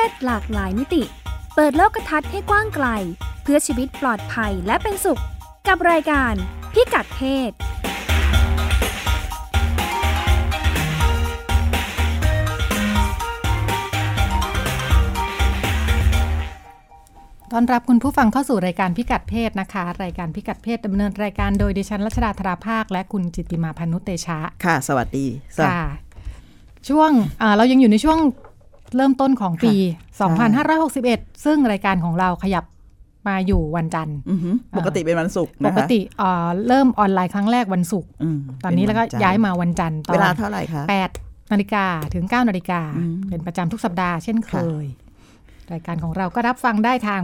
ศหลากหลายมิติเปิดโลกทัศน์ให้กว้างไกลเพื่อชีวิตปลอดภัยและเป็นสุขกับรายการพิกัดเพศต้อนรับคุณผู้ฟังเข้าสู่รายการพิกัดเพศนะคะรายการพิกัดเพศดำเนินรายการโดยดิฉันรัชดาธราภาคและคุณจิตติมาพานุเตชะค่ะสวัสดีค่ะช่วงเรายังอยู่ในช่วงเริ่มต้นของปี 2561 ซึ่งรายการของเราขยับมาอยู่วันจันทร์ปกติเป็นวันศุกร์นะคะปกติเริ่มออนไลน์ครั้งแรกวันศุกร์ตอนนี้แล้วก็ย้ายมาวันจันทร์ตอนเวลาเท่าไหร่คะ 8 นาฬิกาถึง 9 นาฬิกาเป็นประจำทุกสัปดาห์เช่นเคยรายการของเราก็รับฟังได้ทาง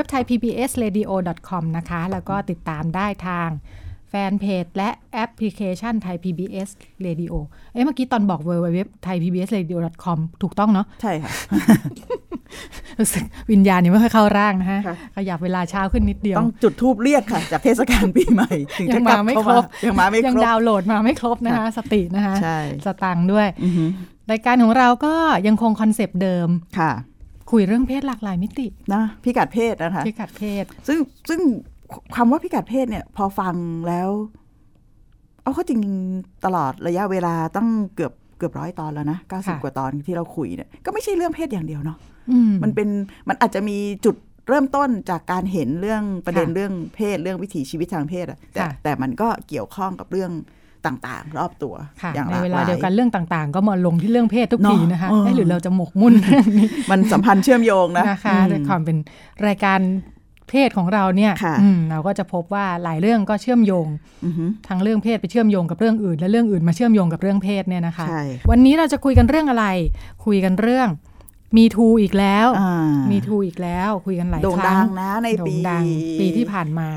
www.thaipbsradio.com นะคะแล้วก็ติดตามได้ทางแฟนเพจและแอปพลิเคชัน Thai PBS Radio เมื่อกี้ตอนบอก www.thaipbsradio.com ถูกต้องเนาะใช่ค่ะรู้สึกวิญญาณนี่ไม่ค่อยเข้าร่างนะฮะขยับเวลาเช้าขึ้นนิดเดียวต้องจุดธูปเรียกค่ะจากเทศกาลปีใหม่ถึงจะกลับเข้ามายังดาวน์โหลดมาไม่ครบนะคะสตินะคะใช่สตังค์ด้วยรายการของเราก็ยังคงคอนเซปต์เดิมค่ะคุยเรื่องเพศหลากหลายมิตินะพิกัดเพศนะคะพิกัดเพศซึ่งคำว่าพิกัดเพศเนี่ยพอฟังแล้วเขาจริงตลอดระยะเวลาตั้งเกือบ100 ตอนแล้วนะ90 กว่าตอนที่เราคุยเนี่ยก็ไม่ใช่เรื่องเพศอย่างเดียวเนาะมันอาจจะมีจุดเริ่มต้นจากการเห็นเรื่องประเด็นเรื่องเพศเรื่องวิถีชีวิตทางเพศแต่มันก็เกี่ยวข้องกับเรื่องต่างๆรอบตัวอย่างในเวลาเดียวกันเรื่องต่างๆก็มาลงที่เรื่องเพศทุกทีนะคะหรือเราจะหมกมุ่นเรื่องนี้มันสัมพันธ์เชื่อมโยงนะคะในความเป็นรายการเพศของเราเนี่ยเราก็จะพบว่าหลายเรื่องก็เชื่อมโยงทั้งเรื่องเพศไปเชื่อมโยงกับเรื่องอื่นและเรื่องอื่นมาเชื่อมโยงกับเรื่องเพศเนี่ยนะคะวันนี้เราจะคุยกันเรื่องอะไรคุยกันเรื่องมีทูอีกแล้วมีทูอีกแล้วคุยกันหลายครั้งโด่งดังนะในปีที่ผ่านมา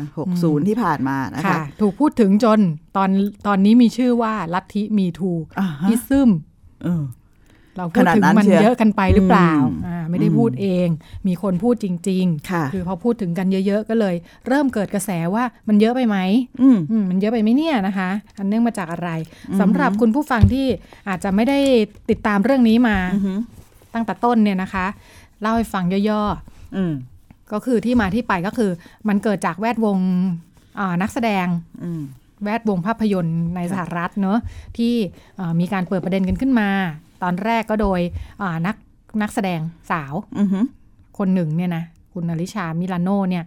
60ที่ผ่านมานะคะถูกพูดถึงจนตอนนี้มีชื่อว่าลัทธิมีทูอิซึมเราพูดถึงมันเยอะกันไปหรือเปล่าไม่ได้พูดเองมีคนพูดจริงๆคือพอพูดถึงกันเยอะๆก็เลยเริ่มเกิดกระแสว่ามันเยอะไปไหมมันเยอะไปไหมเนี่ยนะคะอันเนื่องมาจากอะไรสำหรับคุณผู้ฟังที่อาจจะไม่ได้ติดตามเรื่องนี้มาตั้งแต่ต้นเนี่ยนะคะเล่าให้ฟังย่อๆก็คือที่มาที่ไปก็คือมันเกิดจากแวดวงนักแสดงแวดวงภาพยนตร์ในสหรัฐเนอะที่มีการเปิดประเด็นกันขึ้นมาตอนแรกก็โดยนักแสดงสาวคนหนึ่งเนี่ยนะคุณอลิชามิลาโนเนี่ย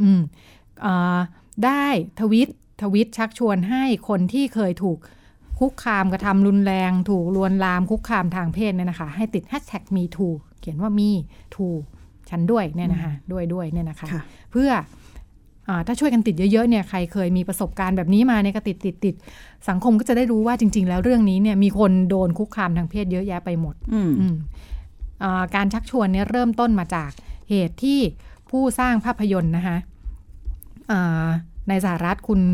ได้ทวิตชักชวนให้คนที่เคยถูกคุกคามกระทำรุนแรงถูกลวนลามคุกคามทางเพศเนี่ยนะคะให้ติด #MeToo เขียนว่า MeToo ฉันด้วยเนี่ยนะคะด้วยเนี่ยนะคะเพื่อถ้าช่วยกันติดเยอะๆเนี่ยใครเคยมีประสบการณ์แบบนี้มาเนี่ยก็ติดสังคมก็จะได้รู้ว่าจริงๆแล้วเรื่องนี้เนี่ยมีคนโดนคุกคามทางเพศเยอะแยะไปหมดการชักชวนเนี่ยเริ่มต้นมาจากเหตุที่ผู้สร้างภาพยนตร์นะคะในสหรัฐคุณ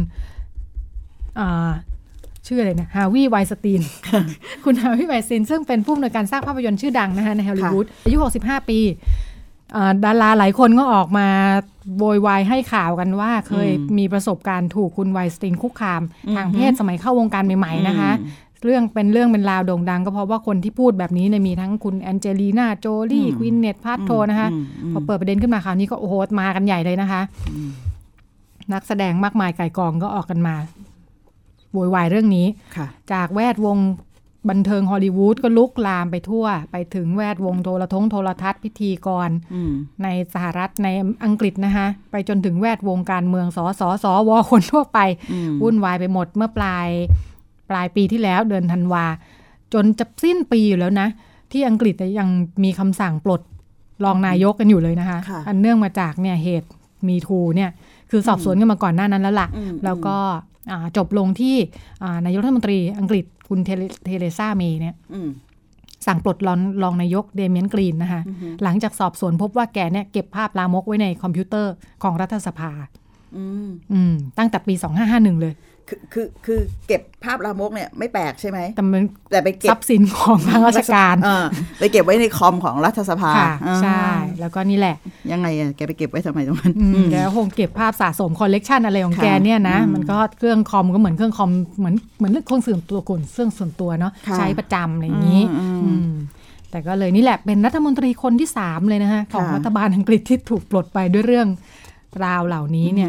ชื่ออะไรเนี่ยฮาวิไวสตีน คุณฮาวิไวสตีนซึ่งเป็นผู้อำนวยการสร้างภาพยนตร์ชื่อดังนะคะในฮอลลีวูดอายุ65 ปีดาราหลายคนก็ออกมาโวยวายให้ข่าวกันว่าเคยมีประสบการณ์ถูกคุณไวสตีนคุกคามทางเพศสมัยเข้าวงการใหม่ๆนะคะเป็นเรื่องเป็นราวโด่งดังก็เพราะว่าคนที่พูดแบบนี้เนี่ยมีทั้งคุณแอนเจลีนาโจลี่ควินเนตพาโทนะคะพอเปิดประเด็นขึ้นมาคราวนี้ก็โอ้โหมากันใหญ่เลยนะคะนักแสดงมากมายก่ายกองก็ออกกันมาโวยวายเรื่องนี้จากแวดวงบันเทิงฮอลลีวูดก็ลุกลามไปทั่วไปถึงแวดวงโทรทัศน์พิธีกรในสหรัฐในอังกฤษนะคะไปจนถึงแวดวงการเมืองสวคนทั่วไปวุ่นวายไปหมดเมื่อปลายปีที่แล้วเดือนธันวาจนจะสิ้นปีอยู่แล้วนะที่อังกฤษยังมีคำสั่งปลดรองนายกกันอยู่เลยนะคะอันเนื่องมาจากเนี่ยเหตุมีทูเนี่ยคือสอบสวนกันมาก่อนหน้านั้นแล้วล่ะแล้วก็จบลงที่นายกรัฐมนตรีอังกฤษคุณเทเรซาเมย์เนี่ยสั่งปลดรองนายกเดเมียนกรีนนะคะหลังจากสอบสวนพบว่าแกเนี่ยเก็บภาพลามกไว้ในคอมพิวเตอร์ของรัฐสภาตั้งแต่ปี2551เลยคือเก็บภาพลามกเนี่ยไม่แปลกใช่ไหมแต่ไปเก็บทรัพย์สินของทางราชการไปเก็บไว้ในคอมของรัฐสภาใช่แล้วก็นี่แหละยังไงแกไปเก็บไว้ทำไมตรงนั้นแกคงเก็บภาพสะสมคอลเลกชันอะไรของแกเนี่ยนะมันก็เครื่องคอมก็เหมือนเครื่องคอมเหมือนเครื่องส่วนตัวคนเครื่องส่วนตัวเนาะใช้ประจำอะไรอย่างนี้แต่ก็เลยนี่แหละเป็นรัฐมนตรีคนที่3เลยนะคะของรัฐบาลอังกฤษที่ถูกปลดไปด้วยเรื่องราวเหล่านี้เนี่ย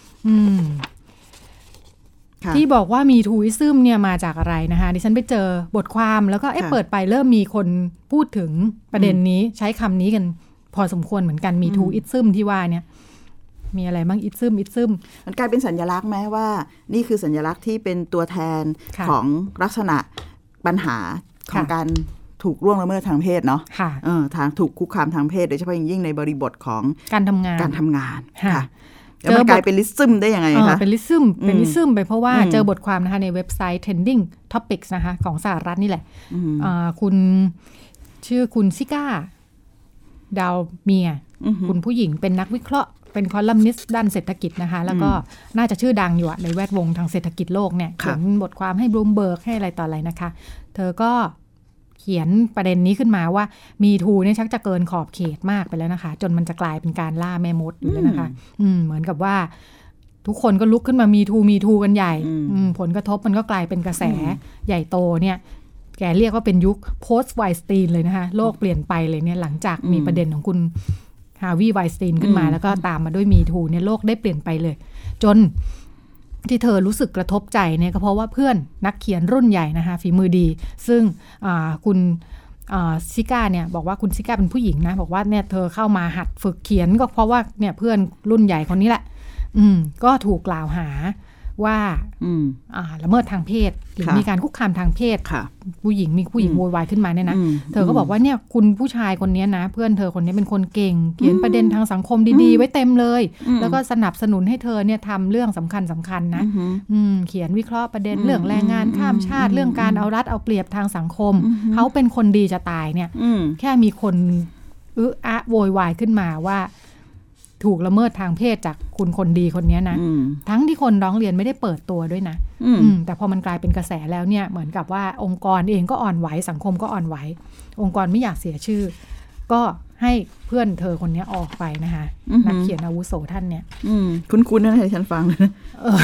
ที่บอกว่ามีทูอิซึมเนี่ยมาจากอะไรนะคะดิฉันไปเจอบทความแล้วก็เปิดไปเริ่มมีคนพูดถึงประเด็นนี้ใช้คำนี้กันพอสมควรเหมือนกันมีทูอิซึมที่ว่าเนี่ยมีอะไรบ้างอิซึมมันกลายเป็นสัญลักษณ์ไหมว่านี่คือสัญลักษณ์ที่เป็นตัวแทนของลักษณะปัญหาของการถูกล่วงละเมิดทางเพศเนาะทางถูกคุกคามทางเพศโดยเฉพาะอย่างยิ่งในบริบทของการทำงานค่ะแล้วมันกลายเป็นลิซึมได้ยังไงคะเป็นลิซึมไปเพราะว่าเจอบทความนะคะในเว็บไซต์ Trending Topics นะคะของสหรัฐนี่แหละคุณชื่อคุณซิก้าดาวเมียคุณผู้หญิงเป็นนักวิเคราะห์เป็นคอลัมนิสต์ด้านเศรษฐกิจนะคะแล้วก็น่าจะชื่อดังอยู่ในแวดวงทางเศรษฐกิจโลกเนี่ยเขียนบทความให้บลูมเบิร์กให้อะไรต่ออะไรนะคะเธอก็เขียนประเด็นนี้ขึ้นมาว่ามีทูเนี่ยชักจะเกินขอบเขตมากไปแล้วนะคะจนมันจะกลายเป็นการล่าแม่มดอยู่แล้วนะคะเหมือนกับว่าทุกคนก็ลุกขึ้นมามีทูกันใหญ่ผลกระทบมันก็กลายเป็นกระแสใหญ่โตเนี่ยแกเรียกว่าเป็นยุค post Weinstein เลยนะคะโลกเปลี่ยนไปเลยเนี่ยหลังจากมีประเด็นของคุณฮาร์วีย์ไวน์สตีนขึ้นมาแล้วก็ตามมาด้วยมีทูเนี่ยโลกได้เปลี่ยนไปเลยจนที่เธอรู้สึกกระทบใจเนี่ยก็เพราะว่าเพื่อนนักเขียนรุ่นใหญ่นะคะฝีมือดีซึ่งคุณซิก้าเนี่ยบอกว่าคุณซิก้าเป็นผู้หญิงนะบอกว่าเนี่ยเธอเข้ามาหัดฝึกเขียนก็เพราะว่าเนี่ยเพื่อนรุ่นใหญ่คนนี้แหละก็ถูกกล่าวหาว่าละเมิดทางเพศหรือมีการคุกคามทางเพศผู้หญิงโวยวายขึ้นมาเนี่ยนะเธอก็บอกว่าเนี่ยคุณผู้ชายคนนี้นะเพื่อนเธอคนนี้เป็นคนเก่งเขียนประเด็นทางสังคมดีๆไว้เต็มเลยแล้วก็สนับสนุนให้เธอเนี่ยทำเรื่องสำคัญนะเขียนวิเคราะห์ประเด็นเรื่องแรงงานข้ามชาติเรื่องการเอารัดเอาเปรียบทางสังคมเขาเป็นคนดีจะตายเนี่ยแค่มีคนโวยวายขึ้นมาว่าถูกละเมิดทางเพศจากคุณคนดีคนนี้นะทั้งที่คนร้องเรียนไม่ได้เปิดตัวด้วยนะแต่พอมันกลายเป็นกระแสแล้วเนี่ยเหมือนกับว่าองค์กรเองก็อ่อนไหวสังคมก็อ่อนไหวองค์กรไม่อยากเสียชื่อก็ให้เพื่อนเธอคนนี้ออกไปนะคะนักเขียนอาวุโสท่านเนี่ยคุ้นๆนะให้ฉันฟังนะ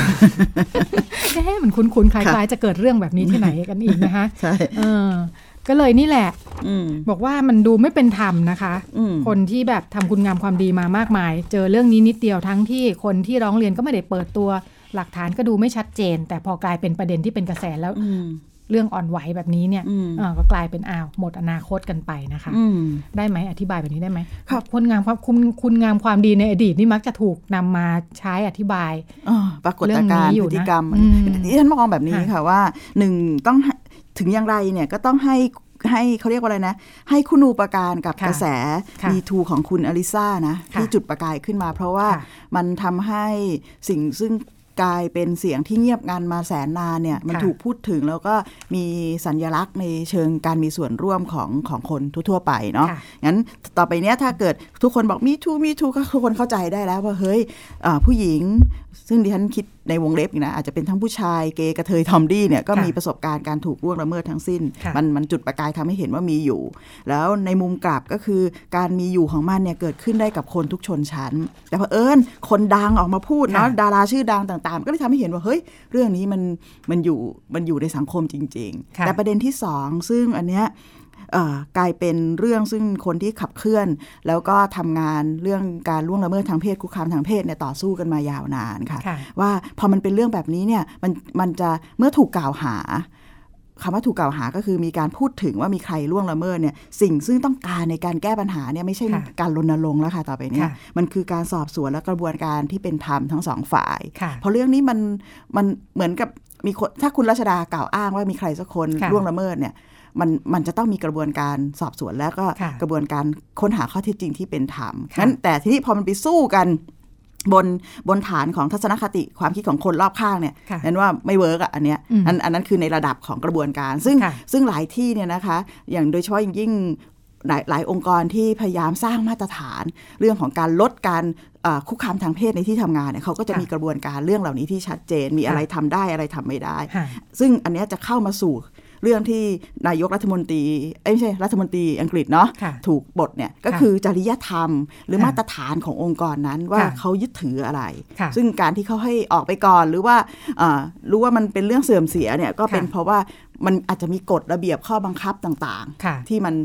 เหมือนคุ้นๆคล้ายๆจะเกิดเรื่องแบบนี้ที่ไหนกันอีกนะคะใช่ก็เลยนี่แหละบอกว่ามันดูไม่เป็นธรรมนะคะคนที่แบบทำคุณงามความดีมามากมายเจอเรื่องนี้นิดเดียวทั้งที่คนที่ร้องเรียนก็ไม่ได้เปิดตัวหลักฐานก็ดูไม่ชัดเจนแต่พอกลายเป็นประเด็นที่เป็นกระแสแล้วเรื่องอ่อนไหวแบบนี้เนี่ยก็กลายเป็นหมดอนาคตกันไปนะคะได้ไหมอธิบายแบบนี้ได้ไหมคุณงามความดีในอดีตนี่มักจะถูกนำมาใช้อธิบายปรากฏการณ์พฤติกรรมที่ฉันมองแบบนี้ค่ะว่าหนึ่งต้องถึงอย่างไรเนี่ยก็ต้องให้เขาเรียกว่าอะไรนะให้คุณูปการกับกระแสมีทูของคุณอลิซ่านะที่จุดประกายขึ้นมาเพราะว่ามันทำให้สิ่งซึ่งกลายเป็นเสียงที่เงียบงันมาแสนนานเนี่ยมันถูกพูดถึงแล้วก็มีสัญลักษณ์ในเชิงการมีส่วนร่วมของคนทั่วไปเนาะงั้นต่อไปเนี้ยถ้าเกิดทุกคนบอกมีทูก็ทุกคนเข้าใจได้แล้วว่าเฮ้ยผู้หญิงซึ่งดิฉันคิดในวงเล็บนะอาจจะเป็นทั้งผู้ชายเกย์กระเทยทอมดี้เนี่ยก็มีประสบการณ์การถูกล่วงละเมิดทั้งสิ้นมันจุดประกายทำให้เห็นว่ามีอยู่แล้วในมุมกลับก็คือการมีอยู่ของมันเนี่ยเกิดขึ้นได้กับคนทุกชนชั้นแต่เผอิญคนดังออกมาพูดเนาะดาราชื่อดังต่างๆก็เลยทำให้เห็นว่าเฮ้ยเรื่องนี้มันอยู่ในสังคมจริงๆแต่ประเด็นที่2ซึ่งอันเนี้ยกลายเป็นเรื่องซึ่งคนที่ขับเคลื่อนแล้วก็ทำงานเรื่องการล่วงละเมิดทางเพศคุกคามทางเพศเนี่ยต่อสู้กันมายาวนานค่ะว่าพอมันเป็นเรื่องแบบนี้เนี่ยมันจะเมื่อถูกกล่าวหาคำว่าถูกกล่าวหาก็คือมีการพูดถึงว่ามีใครล่วงละเมิดเนี่ยสิ่งซึ่งต้องการในการแก้ปัญหาเนี่ยไม่ใช่การรณรงค์แล้วค่ะต่อไปนี้มันคือการสอบสวนและกระบวนการที่เป็นธรรมทั้งสองฝ่ายเพราะเรื่องนี้มันเหมือนกับมีคนถ้าคุณรัชดากล่าวอ้างว่ามีใครสักคนล่วงละเมิดเนี่ยมันจะต้องมีกระบวนการสอบสวนแล้วก็กระบวนการค้นหาข้อเท็จจริงที่เป็นธรรมงั้นแต่ทีนี้พอมันไปสู้กันบนฐานของทัศนคติความคิดของคนรอบข้างเนี่ยนั้นว่าไม่เวิร์กอันเนี้ยอันนั้นคือในระดับของกระบวนการซึ่งหลายที่เนี่ยนะคะอย่างโดยเฉพาะยิ่งหลายองค์กรที่พยายามสร้างมาตรฐานเรื่องของการลดการคุกคามทางเพศในที่ทำงานเนี่ยเขาก็จะมีกระบวนการเรื่องเหล่านี้ที่ชัดเจนมีอะไรทำได้อะไรทำไม่ได้ซึ่งอันนี้จะเข้ามาสู่เรื่องที่นายกรัฐมนตรีไม่ใช่รัฐมนตรีอังกฤษเนาะถูกบทเนี่ยก็คือจริยธรรมหรือมาตรฐานขององค์กรนั้นว่าเขายึดถืออะไรซึ่งการที่เขาให้ออกไปก่อนหรือว่ารู้ว่ามันเป็นเรื่องเสื่อมเสียเนี่ยก็เป็นเพราะว่ามันอาจจะมีกฎระเบียบข้อบังคับต่างๆที่มัน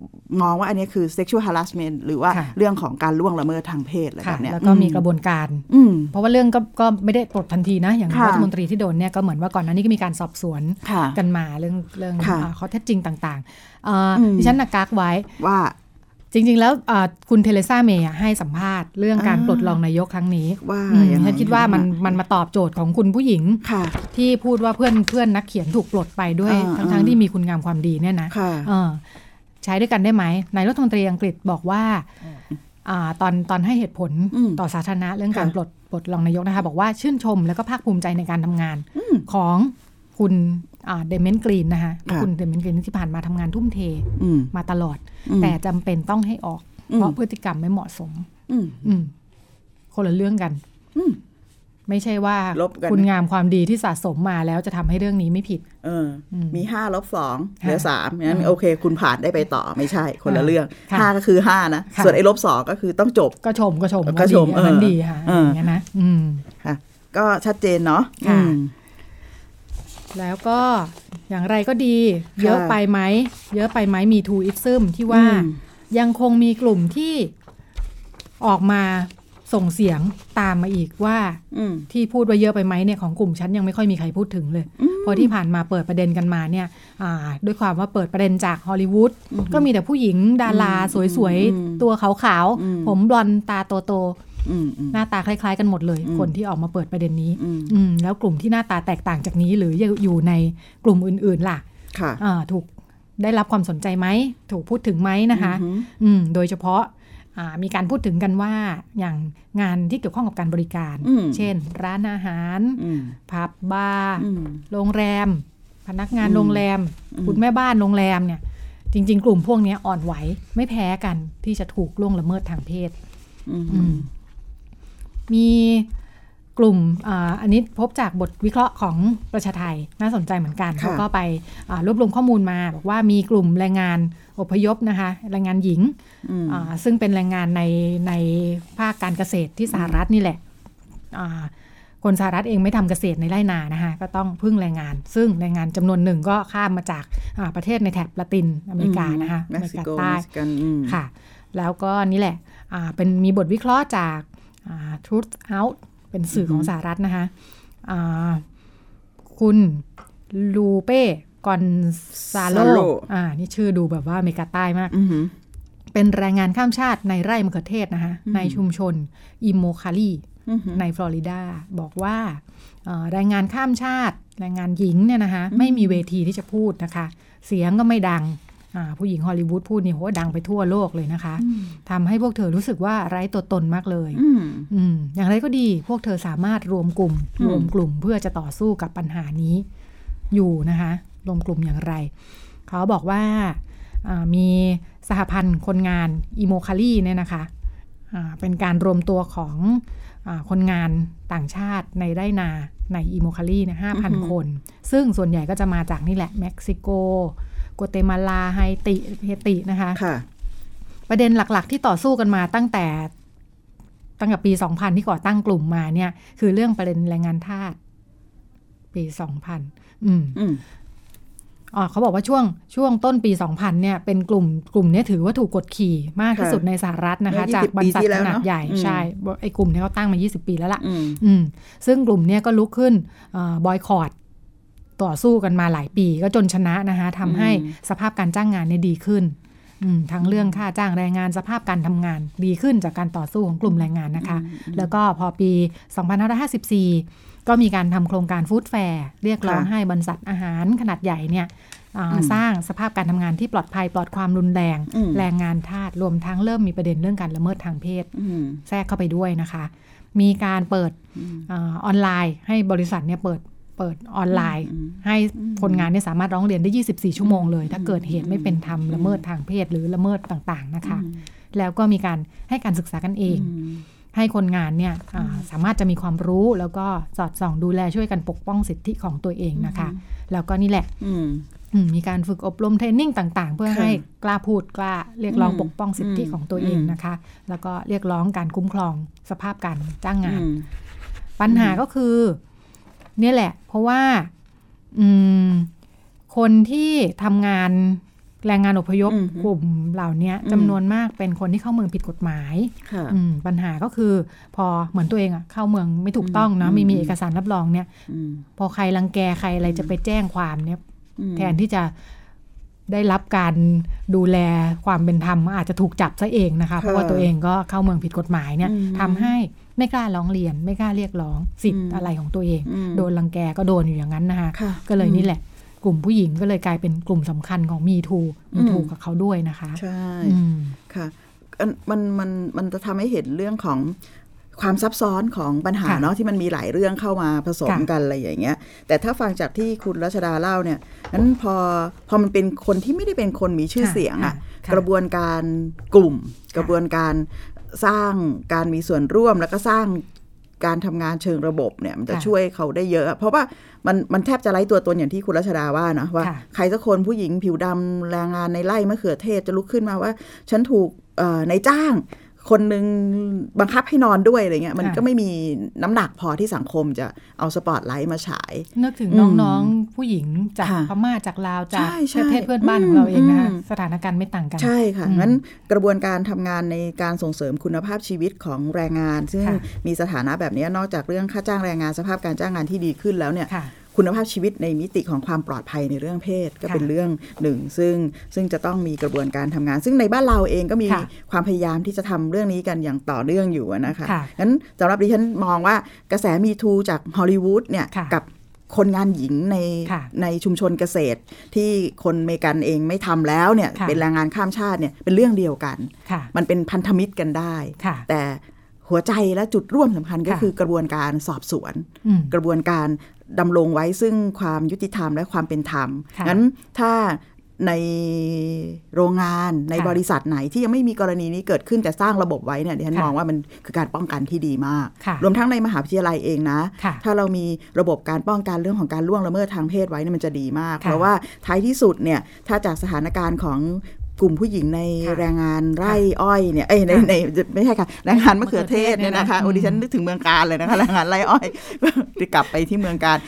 มองว่าอันนี้คือ sexual harassment หรือว่าเรื่องของการล่วงละเมิดทางเพศอะไรแบบนี้แล้วก็มีกระบวนการเพราะว่าเรื่องก็ไม่ได้ปลดทันทีนะอย่างรัฐมนตรีที่โดนเนี่ยก็เหมือนว่าก่อนหน้านี้ก็มีการสอบสวนกันมาเรื่องข้อเท็จจริงต่างๆดิฉันนักกักไว้ว่าจริงๆแล้วคุณเทเรซาเมย์ให้สัมภาษณ์เรื่องการปลดรองนายกครั้งนี้ฉันคิดว่ามันมาตอบโจทย์ของคุณผู้หญิงที่พูดว่าเพื่อนนักเขียนถูกปลดไปด้วยทั้งที่มีคุณงามความดีเนี่ยนะใช้ด้วยกันได้ไหมนายรัฐมนตรีอังกฤษบอกว่าตอนให้เหตุผลต่อสาธารณะเรื่องการปลดรองนายกนะคะบอกว่าชื่นชมแล้วก็ภาคภูมิใจในการทำงานของคุณเดเมนกรีนนะคะคุณเดเมนกรีนที่ผ่านมาทำงานทุ่มเทมาตลอดแต่จำเป็นต้องให้ออกเพราะพฤติกรรมไม่เหมาะสมคนละเรื่องกันไม่ใช่ว่าคุณงามความดีที่สะสมมาแล้วจะทำให้เรื่องนี้ไม่ผิดมี5-2เหลือ3งั้นโอเคคุณผ่านได้ไปต่อไม่ใช่คนละเรื่อง5ก็คือ5นะส่วนไอ้-2ก็คือต้องจบก็ชมมันดีค่ะอย่างนี้นะค่ะก็ชัดเจนเนาะแล้วก็อย่างไรก็ดีเยอะไปไหมมีทูอิซึมที่ว่ายังคงมีกลุ่มที่ออกมาส่งเสียงตามมาอีกว่าที่พูดว่าเยอะไปไหมเนี่ยของกลุ่มฉันยังไม่ค่อยมีใครพูดถึงเลยเพราะที่ผ่านมาเปิดประเด็นกันมาเนี่ยด้วยความว่าเปิดประเด็นจากฮอลลีวูดก็มีแต่ผู้หญิงดาราสวยๆตัวขาวๆผมบลอนด์ตาโตหน้าตาคล้ายๆกันหมดเลยคนที่ออกมาเปิดประเด็นนี้แล้วกลุ่มที่หน้าตาแตกต่างจากนี้หรืออยู่ในกลุ่มอื่นๆล่ะถูกได้รับความสนใจไหมถูกพูดถึงไหมนะคะโดยเฉพาะมีการพูดถึงกันว่าอย่างงานที่เกี่ยวข้องกับการบริการเช่นร้านอาหารผับบาร์โรงแรมพนักงานโรงแรมคุณแม่บ้านโรงแรมเนี่ยจริงๆกลุ่มพวกนี้อ่อนไหวไม่แพ้กันที่จะถูกล่วงละเมิดทางเพศมีกลุ่มอันนี้พบจากบทวิเคราะห์ของประชาไทยน่าสนใจเหมือนกันเขาก็ไปรวบรวมข้อมูลมาบอกว่ามีกลุ่มแรงงานอพยพนะคะแรงงานหญิงซึ่งเป็นแรงงานในภาคการเกษตรที่สหรัฐนี่แหละคนสหรัฐเองไม่ทำเกษตรในไร่นานะคะก็ต้องพึ่งแรงงานซึ่งแรงงานจำนวนหนึ่งก็ข้ามมาจากประเทศในแถบละตินอเมริกานะคะอเมริกาใต้ค่ะแล้วก็นี่แหละเป็นมีบทวิเคราะห์จากTruth Out เป็นสื่อของสหรัฐนะคะคุณลูเป้กอนซาโลนี่ชื่อดูแบบว่าอเมริกาใต้มากเป็นแรงงานข้ามชาติในไร่มะเขือเทศนะคะในชุมชนอิโมคาลีในฟลอริดาบอกว่าแรงงานข้ามชาติแรงงานหญิงเนี่ยนะคะไม่มีเวทีที่จะพูดนะคะเสียงก็ไม่ดังผู้หญิงฮอลลีวูดพูดนี่โหดังไปทั่วโลกเลยนะคะทำให้พวกเธอรู้สึกว่าไร้ตัวตนมากเลยอย่างไรก็ดีพวกเธอสามารถรวมกลุ่มเพื่อจะต่อสู้กับปัญหานี้อยู่นะคะรวมกลุ่มอย่างไรเขาบอกว่ามีสหพันธ์คนงานอิโมคาลีเนี่ยนะคะเป็นการรวมตัวของคนงานต่างชาติในไร่นาในอิโมคาลีเนี่ย 5,000 คนซึ่งส่วนใหญ่ก็จะมาจากนี่แหละเม็กซิโกกัวเตมาลาเฮตินะคะประเด็นหลักๆที่ต่อสู้กันมาตั้งแต่ปี 2000 ที่ก่อตั้งกลุ่มมาเนี่ยคือเรื่องประเด็นแรงงานทาสปี 2000เขาบอกว่าช่วงต้นปี 2000 เนี่ยเป็นกลุ่มนี้ถือว่าถูกกดขี่มากที่สุดในสหรัฐนะคะจากบริษัทขนาดใหญ่ใช่ไอ้กลุ่มนี้เขาตั้งมา20 ปีแล้วล่ะซึ่งกลุ่มนี้ก็ลุกขึ้นบอยคอตต่อสู้กันมาหลายปีก็จนชนะนะคะทำให้สภาพการจ้างงานเนี่ยดีขึ้นทั้งเรื่องค่าจ้างแรงงานสภาพการทำงานดีขึ้นจากการต่อสู้ของกลุ่มแรงงานนะคะแล้วก็พอปี 2554 ก็มีการทำโครงการฟู้ดแฟร์เรียกร้องให้บริษัทอาหารขนาดใหญ่เนี่ยสร้างสภาพการทำงานที่ปลอดภัยปลอดความรุนแรงแรงงานทาสรวมทั้งเริ่มมีประเด็นเรื่องการละเมิดทางเพศแทรกเข้าไปด้วยนะคะมีการเปิดออนไลน์ให้บริษัทเนี่ยเปิดออนไลน์ให้คนงานเนี่ยสามารถร้องเรียนได้24ชั่วโมงเลยถ้าเกิดเหตุไม่เป็นธรรมละเมิดทางเพศหรือละเมิดต่างๆนะคะแล้วก็มีการให้การศึกษากันเองให้คนงานเนี่ยสามารถจะมีความรู้แล้วก็สอดส่องดูแลช่วยกันปกป้องสิทธิของตัวเองนะคะแล้วก็นี่แหละมีการฝึกอบรมเทรนนิ่งต่างๆเพื่อให้กล้าพูดกล้าเรียกร้องปกป้องสิทธิของตัวเองนะคะแล้วก็เรียกร้องการคุ้มครองสภาพการจ้างงานปัญหาก็คือเนี่ยแหละเพราะว่าคนที่ทำงานแรงงานอพยพกลุ่มเหล่านี้จำนวนมากเป็นคนที่เข้าเมืองผิดกฎหมายปัญหาก็คือพอเหมือนตัวเองเข้าเมืองไม่ถูกต้องนะไม่มีเอกสารรับรองเนี่ยพอใครรังแกใครอะไรจะไปแจ้งความเนี่ยแทนที่จะได้รับการดูแลความเป็นธรรมอาจจะถูกจับซะเองนะคะเพราะว่าตัวเองก็เข้าเมืองผิดกฎหมายเนี่ยทำให้ไม่กล้าร้องเรียนไม่กล้าเรียกร้องสิทธิ์อะไรของตัวเองโดนรังแกก็โดนอยู่อย่างนั้นนะคะก็เลยนี่แหละกลุ่มผู้หญิงก็เลยกลายเป็นกลุ่มสำคัญของมีทูกับเขาด้วยนะคะใช่ค่ะมันจะทำให้เห็นเรื่องของความซับซ้อนของปัญหาเนาะที่มันมีหลายเรื่องเข้ามาผสมกันอะไรอย่างเงี้ยแต่ถ้าฟังจากที่คุณรัชดาเล่าเนี่ยนั้นพอมันเป็นคนที่ไม่ได้เป็นคนมีชื่อเสียงอ่ะกระบวนการกลุ่มกระบวนการสร้างการมีส่วนร่วมแล้วก็สร้างการทำงานเชิงระบบเนี่ยมันจะช่วยเขาได้เยอะเพราะว่ามันแทบจะไร้ตัวตนอย่างที่คุณรัชดาว่านะว่าใครสักคนผู้หญิงผิวดำแรงงานในไร่มะเขือเทศจะลุกขึ้นมาว่าฉันถูกนายจ้างคนนึงบังคับให้นอนด้วยอะไรเงี้ยมันก็ไม่มีน้ำหนักพอที่สังคมจะเอาสปอตไลท์มาฉายนึกถึงน้องๆผู้หญิงจากพม่าจากลาวจากประเทศเพื่อนบ้านของเราเองนะคะสถานการณ์ไม่ต่างกันใช่ค่ะงั้นกระบวนการทำงานในการส่งเสริมคุณภาพชีวิตของแรงงานซึ่งมีสถานะแบบนี้นอกจากเรื่องค่าจ้างแรงงานสภาพการจ้างงานที่ดีขึ้นแล้วเนี่ยคุณภาพชีวิตในมิติของความปลอดภัยในเรื่องเพศก็เป็นเรื่องหนึ่งซึ่งจะต้องมีกระบวนการทำงานซึ่งในบ้านเราเองก็มีความพยายามที่จะทำเรื่องนี้กันอย่างต่อเนื่องอยู่นะคะงั้นสำหรับดิฉันมองว่ากระแสมีทูจากฮอลลีวูดเนี่ยกับคนงานหญิงในชุมชนเกษตรที่คนอเมริกันเองไม่ทำแล้วเนี่ยเป็นแรงงานข้ามชาติเนี่ยเป็นเรื่องเดียวกันมันเป็นพันธมิตรกันได้แต่หัวใจและจุดร่วมสำคัญก็คือกระบวนการสอบสวนกระบวนการดำรงไว้ซึ่งความยุติธรรมและความเป็นธรรมงั้นถ้าในโรงงานในบริษัทไหนที่ยังไม่มีกรณีนี้เกิดขึ้นแต่สร้างระบบไว้เนี่ยดิฉันมองว่ามันคือการป้องกันที่ดีมากรวมทั้งในมหาวิทยาลัยเองนะถ้าเรามีระบบการป้องกันเรื่องของการล่วงละเมิดทางเพศไว้เนี่ยมันจะดีมากเพราะว่าท้ายที่สุดเนี่ยถ้าจากสถานการณ์ของกลุ่มผู้หญิงในแรงงานไร่อ้อยเนี่ยในไม่ใช่ค่ะแรงงานมะเขือเทศเนี่ยนะคะดิฉันนึกถึงเมืองกาญเลยนะคะแรงงานไร่อ้อยจะกลับไปที่เมืองกาญ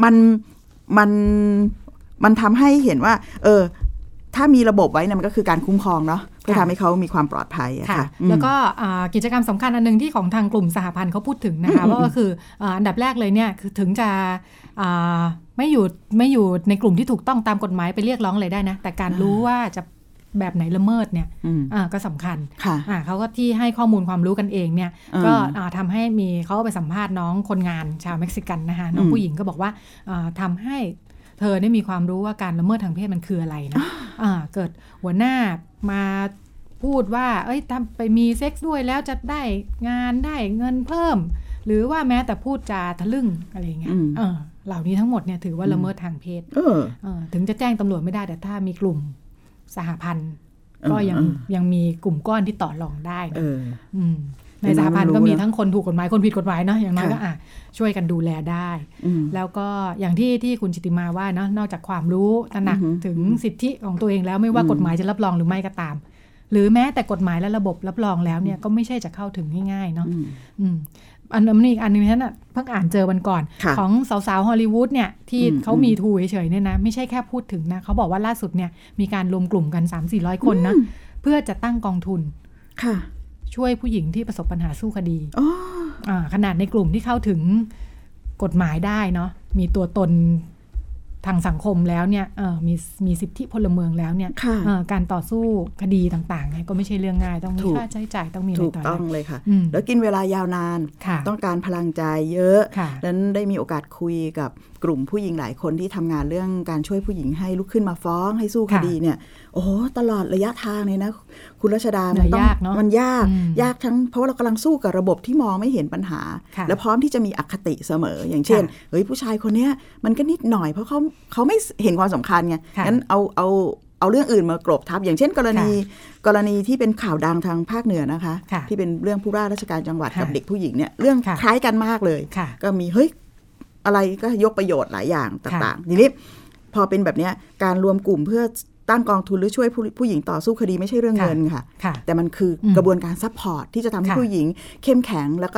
มันทำให้เห็นว่าถ้ามีระบบไว้เนี่ยมันก็คือการคุ้มครองเนาะเพื่อทำให้เขามีความปลอดภัยค่ะแล้วก็กิจกรรมสำคัญอันนึงที่ของทางกลุ่มสหพันธ์เขาพูดถึงนะคะว่าก็คืออันดับแรกเลยเนี่ยคือถึงจะไม่อยู่ในกลุ่มที่ถูกต้องตามกฎหมายไปเรียกร้องเลยได้นะแต่การรู้ว่าจะแบบไหนละเมิดเนี่ยก็สำคัญเขาก็ที่ให้ข้อมูลความรู้กันเองเนี่ยก็ทำให้มีเขาไปสัมภาษณ์น้องคนงานชาวเม็กซิกันนะคะน้องผู้หญิงก็บอกว่าทำให้เธอได้มีความรู้ว่าการละเมิดทางเพศมันคืออะไรนะเกิดหัวหน้ามาพูดว่าทำไปมีเซ็กซ์ด้วยแล้วจะได้งานได้เงินเพิ่มหรือว่าแม้แต่พูดจาทะลึ่งอะไรเงี้ยเหล่านี้ทั้งหมดเนี่ยถือว่าละเมิดทางเพศถึงจะแจ้งตำรวจไม่ได้แต่ถ้ามีกลุ่มสหพันธ์ก็ยังมีกลุ่มก้อนที่ต่อรองได้ในสหพันธ์ก็มีทั้งคนถูกกฎหมายคนผิดกฎหมายเนาะอย่างน้อยก็ช่วยกันดูแลได้แล้วก็อย่างที่คุณจิติมาว่าเนาะนอกจากความรู้ตระหนักถึงสิทธิของตัวเองแล้วไม่ว่ากฎหมายจะรับรองหรือไม่ก็ตามหรือแม้แต่กฎหมายและระบบรับรองแล้วเนี่ยก็ไม่ใช่จะเข้าถึงง่ายๆเนาะอันนี้อีกอันนึงฉันเพิ่งอ่านเจอวันก่อนของสาวๆฮอลลีวูดเนี่ยที่เขามีทูเฉยๆเนี่ยนะไม่ใช่แค่พูดถึงนะเขาบอกว่าล่าสุดเนี่ยมีการรวมกลุ่มกัน 300-400 คนนะเพื่อจะตั้งกองทุนช่วยผู้หญิงที่ประสบปัญหาสู้คดีขนาดในกลุ่มที่เข้าถึงกฎหมายได้เนาะมีตัวตนทางสังคมแล้วเนี่ยมีสิทธิพลเมืองแล้วเนี่ยการต่อสู้คดีต่างๆเนี่ยก็ไม่ใช่เรื่องง่ายต้องมีค่าใช้จ่ายต้องมีอะไรต่อต้องเลยค่ะแล้วกินเวลายาวนานต้องการพลังใจเยอะแล้วได้มีโอกาสคุยกับกลุ่มผู้หญิงหลายคนที่ทำงานเรื่องการช่วยผู้หญิงให้ลุกขึ้นมาฟ้องให้สู้คดีเนี่ยโอ้ตลอดระยะทางเลยนะคุณรัชดามันยากทั้งเพราะว่าเรากำลังสู้กับระบบที่มองไม่เห็นปัญหาและพร้อมที่จะมีอคติเสมออย่างเช่นผู้ชายคนนี้มันก็นิดหน่อยเพราะเขาไม่เห็นความสำคัญไงงั้นเอาเรื่องอื่นมากลบทับอย่างเช่นกรณีที่เป็นข่าวดังทางภาคเหนือนะคะที่เป็นเรื่องผู้ว่าราชการจังหวัดกับเด็กผู้หญิงเนี่ยเรื่องคล้ายกันมากเลยก็มีอะไรก็ยกประโยชน์หลายอย่างต่างๆทีนี้พอเป็นแบบนี้การรวมกลุ่มเพื่อตั้งกองทุนหรือช่วยผู้หญิงต่อสู้คดีไม่ใช่เรื่องเงินค่ะแต่มันคือกระบวนการซัพพอร์ตที่จะทำให้ผู้หญิงเข้มแข็งแล้วก็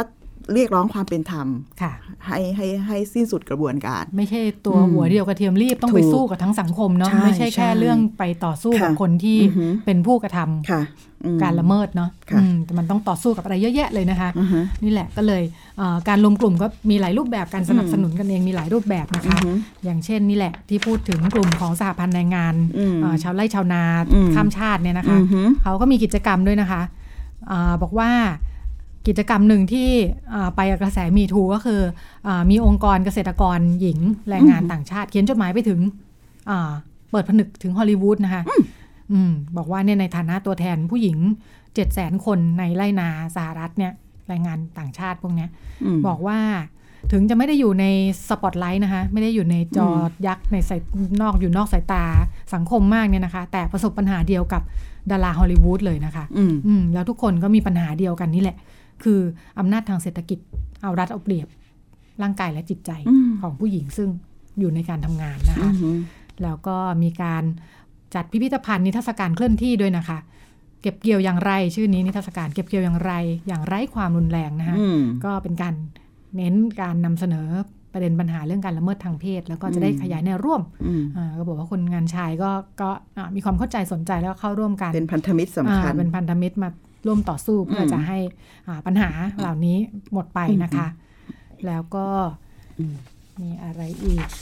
เรียกร้องความเป็นธรรมค่ะให้สิ้นสุดกระบวนการไม่ใช่ตัวหัวเดียวกระเทียมรีบต้องไปสู้กับทั้งสังคมเนาะไม่ใช่แค่เรื่องไปต่อสู้กับคนที่เป็นผู้กระทำการละเมิดเนาะแต่มันต้องต่อสู้กับอะไรเยอะแยะเลยนะคะนี่แหละก็เลยการรวมกลุ่มก็มีหลายรูปแบบการสนับสนุนกันเองมีหลายรูปแบบนะคะอย่างเช่นนี่แหละที่พูดถึงกลุ่มของสหพันธ์แรงงานชาวไร่ชาวนาข้ามชาติเนี่ยนะคะเขาก็มีกิจกรรมด้วยนะคะบอกว่ากิจกรรมหนึ่งที่ไปกับกระแสมีทูก็คือมีองค์กรเกษตรกรหญิงแรงงานต่างชาติเขียนจดหมายไปถึงเปิดผนึกถึงฮอลลีวูดนะคะบอกว่าเนี่ยในฐานะตัวแทนผู้หญิง 700,000 คนในไร่นาสหรัฐเนี่ยแรงงานต่างชาติพวกนี้บอกว่าถึงจะไม่ได้อยู่ในสปอตไลท์นะคะไม่ได้อยู่ในจอยักษ์ในอยู่นอกสายตาสังคมมากเนี่ยนะคะแต่ประสบปัญหาเดียวกับดาราฮอลลีวูดเลยนะคะแล้วทุกคนก็มีปัญหาเดียวกันนี่แหละคืออำนาจทางเศรษฐกิจเอารัดเอาเปรียบร่างกายและจิตใจของผู้หญิงซึ่งอยู่ในการทำงานนะคะแล้วก็มีการจัดพิพิธภัณฑ์นิทรรศการเคลื่อนที่ด้วยนะคะเก็บเกี่ยวอย่างไรชื่อนี้นิทรรศการเก็บเกี่ยวอย่างไรอย่างไร้ความรุนแรงนะคะก็เป็นการเน้นการนำเสนอประเด็นปัญหาเรื่องการละเมิดทางเพศแล้วก็จะได้ขยายแนวร่วมก็บอกว่าคนงานชายก็มีความเข้าใจสนใจแล้วเข้าร่วมกันเป็นพันธมิตรสำคัญเป็นพันธมิตรมาร่วมต่อสู้เพื่อจะให้ปัญหาเหล่านี้หมดไปนะคะแล้วก็มีอะไรอีก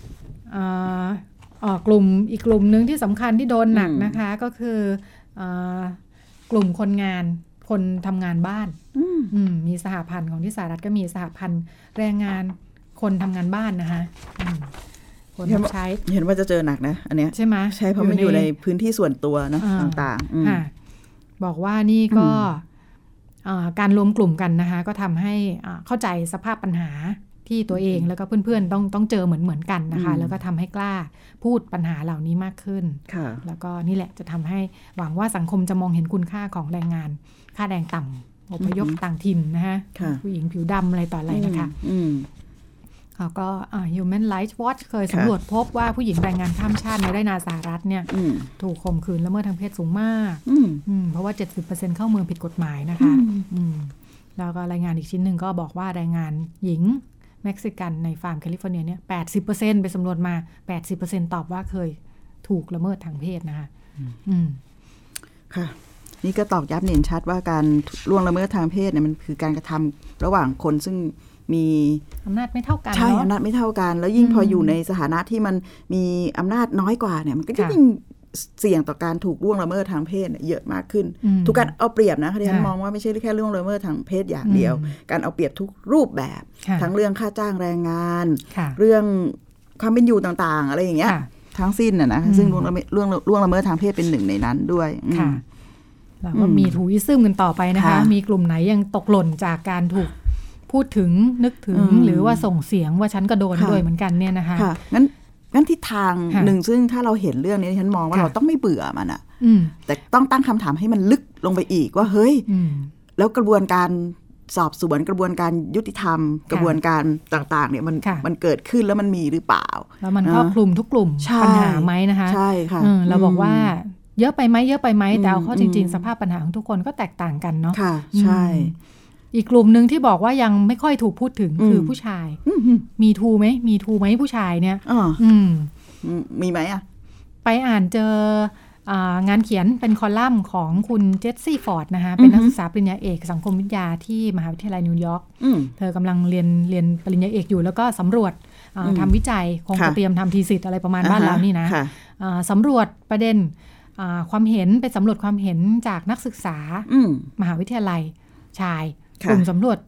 กลุ่มอีกกลุ่มนึงที่สำคัญที่โดนหนักนะคะก็คือกลุ่มคนงานคนทำงานบ้านมีสหพันธ์ของที่สหรัฐก็มีสหพันธ์แรงงานคนทำงานบ้านนะคะคนใช้เห็นว่าจะเจอหนักนะอันเนี้ยใช่ไหมใช่เพราะมันอยู่ในพื้นที่ส่วนตัวเนาะต่างๆบอกว่านี่ก็การรวมกลุ่มกันนะคะก็ทำให้เข้าใจสภาพปัญหาที่ตัวเองแล้วก็เพื่อนๆต้องเจอเหมือนกันนะคะแล้วก็ทำให้กล้าพูดปัญหาเหล่านี้มากขึ้นแล้วก็นี่แหละจะทำให้หวังว่าสังคมจะมองเห็นคุณค่าของแรงงานค่าแรงต่ำอพยพต่างถิ่นนะคะผู้หญิงผิวดำอะไรต่ออะไรนะคะเขาก็Human Rights Watch เคยสำรวจพบว่าผู้หญิงแรงงานข้ามชาติในไร่นาสหรัฐเนี่ยถูกข่มขืนละเมิดทางเพศสูงมากเพราะว่า 70% เข้าเมืองผิดกฎหมายนะคะแล้วก็รายงานอีกชิ้นหนึ่งก็บอกว่าแรงงานหญิงเม็กซิกันในฟาร์มแคลิฟอร์เนียเนี่ย 80% ไปสำรวจมา 80% ตอบว่าเคยถูกละเมิดทางเพศนะคะค่ะนี่ก็ตอกย้ำเด่นชัดว่าการล่วงละเมิดทางเพศเนี่ยมันคือการกระทำระหว่างคนซึ่งมีอำนาจไม่เท่ากันใช่อำนาจไม่เท่ากันแล้วยิ่งพออยู่ในสถานะที่มันมีอำนาจน้อยกว่าเนี่ยมันก็ยิ่งเสี่ยงต่อการถูกล่วงละเมิดทางเพศเยอะมากขึ้นทุกการเอาเปรียบนะที่ฉันมองว่าไม่ใช่แค่ล่วงละเมิดทางเพศอย่างเดียวการเอาเปรียบทุกรูปแบบทั้งเรื่องค่าจ้างแรงงานเรื่องความเป็นอยู่ต่างๆอะไรอย่างเงี้ยทั้งสิ้นนะซึ่งล่วงละเมิดทางเพศเป็นหนึ่งในนั้นด้วยแล้วก็มีทูอิซึมกันต่อไปนะคะมีกลุ่มไหนยังตกหล่นจากการถูกพูดถึงนึกถึงหรือว่าส่งเสียงว่าฉันก็โดนด้วยเหมือนกันเนี่ยนะคะงั้นทิศทางหนึ่งซึ่งถ้าเราเห็นเรื่องนี้ฉันมองว่าเราต้องไม่เบื่อมันอะแต่ต้องตั้งคำถามให้มันลึกลงไปอีกว่าเฮ้ยแล้วกระบวนการสอบสวนกระบวนการยุติธรรมกระบวนการต่างๆเนี่ยมันเกิดขึ้นแล้วมันมีหรือเปล่าแล้วมันครอบคลุมทุกกลุ่มปัญหาไหมนะคะใช่ค่ะเราบอกว่าเยอะไปไหมแต่เอาเข้าจริงๆสภาพปัญหาของทุกคนก็แตกต่างกันเนาะค่ะใช่อีกกลุ่มหนึ่งที่บอกว่ายังไม่ค่อยถูกพูดถึงคือผู้ชายมีทูไหมผู้ชายเนี่ยมีไหมอ่ะไปอ่านเจองานเขียนเป็นคอลัมน์ของคุณเจสซี่ฟอร์ดนะคะเป็นนักศึกษาปริญญาเอกสังคมวิทยาที่มหาวิทยาลัยนิวยอร์กเธอกำลังเรียนปริญญาเอกอยู่แล้วก็สำรวจทำวิจัยคงจะเตรียมทำทีสิทธ์อะไรประมาณบ้านเรานี่นะสำรวจประเด็นความเห็นไปสำรวจความเห็นจากนักศึกษามหาวิทยาลัยชายกลุ่มสำรวจ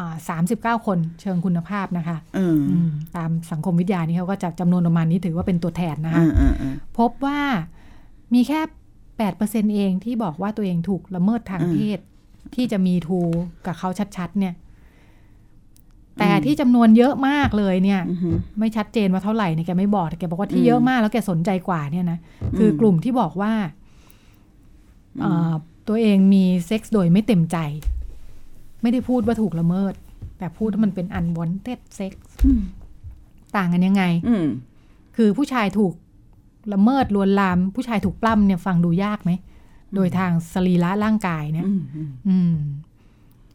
39 คนเชิงคุณภาพนะคะตามสังคมวิทยานี่เขาก็จับจำนวนประมาณนี้ถือว่าเป็นตัวแทนนะคะพบว่ามีแค่ 8% เองที่บอกว่าตัวเองถูกละเมิดทางเพศที่จะมีทูกับเขาชัดๆเนี่ยแต่ที่จำนวนเยอะมากเลยเนี่ยไม่ชัดเจนว่าเท่าไหร่เนี่ยแกไม่บอกแต่แกบอกว่าที่เยอะมากแล้วแกสนใจกว่าเนี่ยนะคือกลุ่มที่บอกว่าตัวเองมีเซ็กส์โดยไม่เต็มใจไม่ได้พูดว่าถูกละเมิดแต่พูดว่ามันเป็น unwanted sex ต่างกันยังไงคือผู้ชายถูกละเมิดลวนลามผู้ชายถูกปล้ำเนี่ยฟังดูยากไหมโดยทางสรีระร่างกายเนี่ย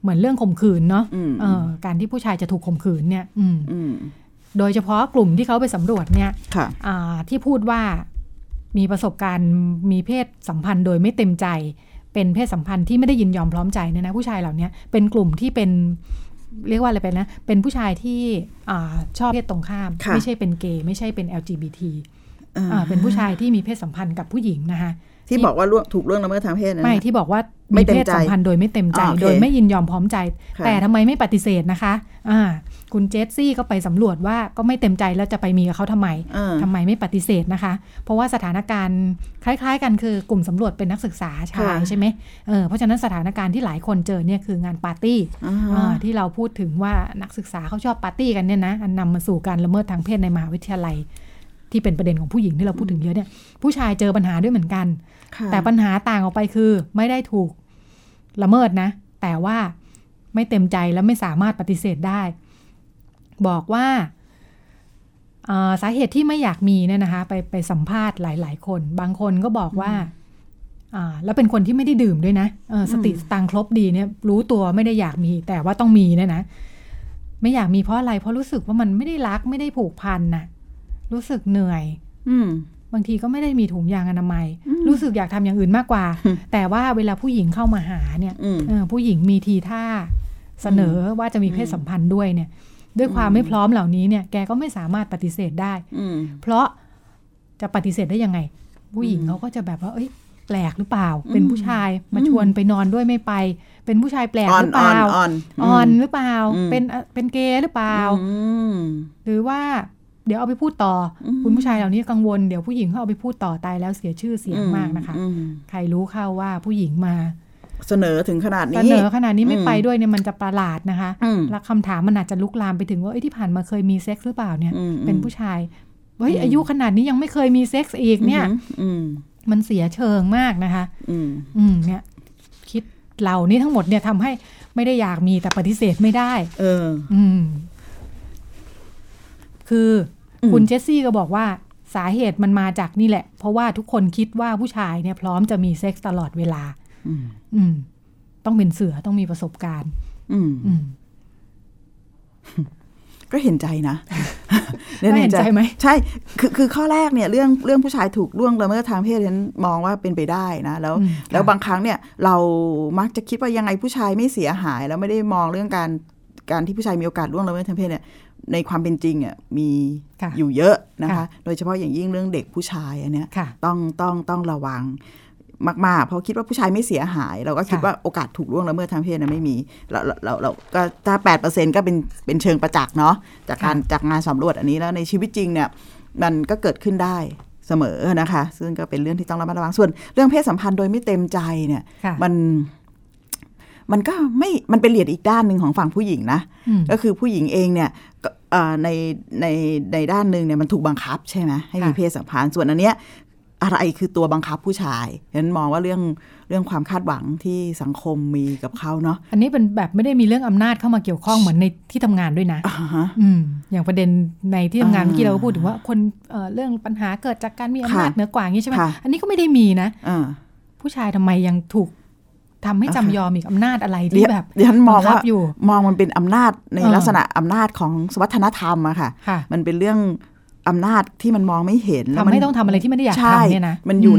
เหมือนเรื่องข่มขืนเนาะการที่ผู้ชายจะถูกข่มขืนเนี่ยโดยเฉพาะกลุ่มที่เขาไปสำรวจเนี่ยที่พูดว่ามีประสบการณ์มีเพศสัมพันธ์โดยไม่เต็มใจเป็นเพศสัมพันธ์ที่ไม่ได้ยินยอมพร้อมใจเนี่ยนะผู้ชายเหล่านี้เป็นกลุ่มที่เป็นเรียกว่าอะไรไปนะเป็นผู้ชายที่ชอบเพศตรงข้ามไม่ใช่เป็นเกย์ไม่ใช่เป็น LGBT เป็นผู้ชายที่มีเพศสัมพันธ์กับผู้หญิงนะคะที่บอกว่าถูกล่วงละเมิดทางเพศนะไม่ที่บอกว่ามีเพศสัมพันธ์โดยไม่เต็มใจโดยไม่ยินยอมพร้อมใจแต่ทำไมไม่ปฏิเสธนะคะคุณเจสซี่ก็ไปสำรวจว่าก็ไม่เต็มใจแล้วจะไปมีกับเขาทำไมไม่ปฏิเสธนะคะเพราะว่าสถานการณ์คล้ายๆกันคือกลุ่มสำรวจเป็นนักศึกษาชายใช่ไหมเพราะฉะนั้นสถานการณ์ที่หลายคนเจอเนี่ยคืองานปาร์ตี้ที่เราพูดถึงว่านักศึกษาเขาชอบปาร์ตี้กันเนี่ยนะอันนำมาสู่การละเมิดทางเพศในมหาวิทยาลัยที่เป็นประเด็นของผู้หญิงที่เราพูดถึงเยอะเนี่ยผู้ชายเจอปัญหาด้วยเหมือนกันแต่ปัญหาต่างออกไปคือไม่ได้ถูกละเมิดนะแต่ว่าไม่เต็มใจและไม่สามารถปฏิเสธได้บอกว่าสาเหตุที่ไม่อยากมีเนี่ยนะคะไปสัมภาษณ์หลายๆคนบางคนก็บอกว่าแล้วเป็นคนที่ไม่ได้ดื่มด้วยนะสติสตังค์ครบดีเนี่ยรู้ตัวไม่ได้อยากมีแต่ว่าต้องมีเนี่ยนะไม่อยากมีเพราะอะไรเพราะรู้สึกว่ามันไม่ได้รักไม่ได้ผูกพันน่ะรู้สึกเหนื่อยบางทีก็ไม่ได้มีถุงยางอนามัยรู้สึกอยากทำอย่างอื่นมากกว่าแต่ว่าเวลาผู้หญิงเข้ามาหาเนี่ยผู้หญิงมีทีท่าเสนอว่าจะมีเพศสัมพันธ์ด้วยเนี่ยด้วยความไม่พร้อมเหล่านี้เนี่ยแกก็ไม่สามารถปฏิเสธได้เพราะจะปฏิเสธได้ยังไงผู้หญิงเขาก็จะแบบว่าเอ้ยแปลกหรือเปล่าเป็นผู้ชายมาชวนไปนอนด้วยไม่ไปเป็นผู้ชายแปลกหรือเปล่าอ่อนหรือเปล่าเป็นเกย์หรือเปล่าหรือว่าเดี๋ยวเอาไปพูดต่อคุณผู้ชายเหล่านี้กังวลเดี๋ยวผู้หญิงเขาเอาไปพูดต่อตายแล้วเสียชื่อเสียงมากนะคะใครรู้เข้าว่าผู้หญิงมาเสนอถึงขนาดนี้ไม่ไปด้วยเนี่ยมันจะประหลาดนะคะแล้วคำถามมันอาจจะลุกลามไปถึงว่าที่ผ่านมาเคยมีเซ็กซ์หรือเปล่าเนี่ยเป็นผู้ชายเฮ้ยอายุขนาดนี้ยังไม่เคยมีเซ็กซ์อีกเนี่ยมันเสียเชิงมากนะคะเนี่ยคิดเหล่านี้ทั้งหมดเนี่ยทำให้ไม่ได้อยากมีแต่ปฏิเสธไม่ได้คือคุณเจสซี่ก็บอกว่าสาเหตุมันมาจากนี่แหละเพราะว่าทุกคนคิดว่าผู้ชายเนี่ยพร้อมจะมีเซ็กซ์ตลอดเวลาต้องเป็นเสือต้องมีประสบการณ์ก็เห็นใจนะเห็นใจไหมใช่คือข้อแรกเนี่ยเรื่องผู้ชายถูกล่วงละเมิดทางเพศฉันมองว่าเป็นไปได้นะแล้วบางครั้งเนี่ยเรามักจะคิดว่ายังไงผู้ชายไม่เสียหายแล้วไม่ได้มองเรื่องการที่ผู้ชายมีโอกาสล่วงละเมิดทางเพศเนี่ยในความเป็นจริงอ่ะมีอยู่เยอะนะคะโดยเฉพาะอย่างยิ่งเรื่องเด็กผู้ชายอันเนี้ยต้องระวังมากๆเพราะคิดว่าผู้ชายไม่เสียหายเราก็คิดว่าโอกาสถูกล่วงละเมิดทางเพศไม่มีเราก็ถ้า 8% ก็เป็นเชิงประจักษ์เนาะจากงานสำรวจอันนี้แล้วในชีวิตจริงเนี่ยมันก็เกิดขึ้นได้เสมอนะคะซึ่งก็เป็นเรื่องที่ต้องระมัดระวังส่วนเรื่องเพศสัมพันธ์โดยไม่เต็มใจเนี่ยมันก็ไม่มันเป็นเหรียญอีกด้านหนึ่งของฝั่งผู้หญิงนะก็คือผู้หญิงเองเนี่ยในด้านนึงเนี่ยมันถูกบังคับใช่ไหมให้มีเพศสัมพันธ์ส่วนอันเนี้ยอะไรคือตัวบังคับผู้ชายฉะนั้นมองว่าเรื่องความคาดหวังที่สังคมมีกับเขาเนาะอันนี้เป็นแบบไม่ได้มีเรื่องอำนาจเข้ามาเกี่ยวข้องเหมือนในที่ทำงานด้วยนะอย่างประเด็นในที่ทำงานเมื่อกี้เราก็พูดถึงว่าคนเรื่องปัญหาเกิดจากการมีอำนาจเหนือกว่าอย่างนี้ใช่ไหมอันนี้ก็ไม่ได้มีนะผู้ชายทำไมยังถูกทำให้จำยอมอีกอำนาจอะไรที่แบบฉันมองว่ามองมันเป็นอำนาจในลักษณะอำนาจของวัฒนธรรมอะค่ะมันเป็นเรื่องอำนาจที่มันมองไม่เห็นทำให้ต้องทำอะไรที่ไม่ได้อยากทำเนี่ยนะมันอยู่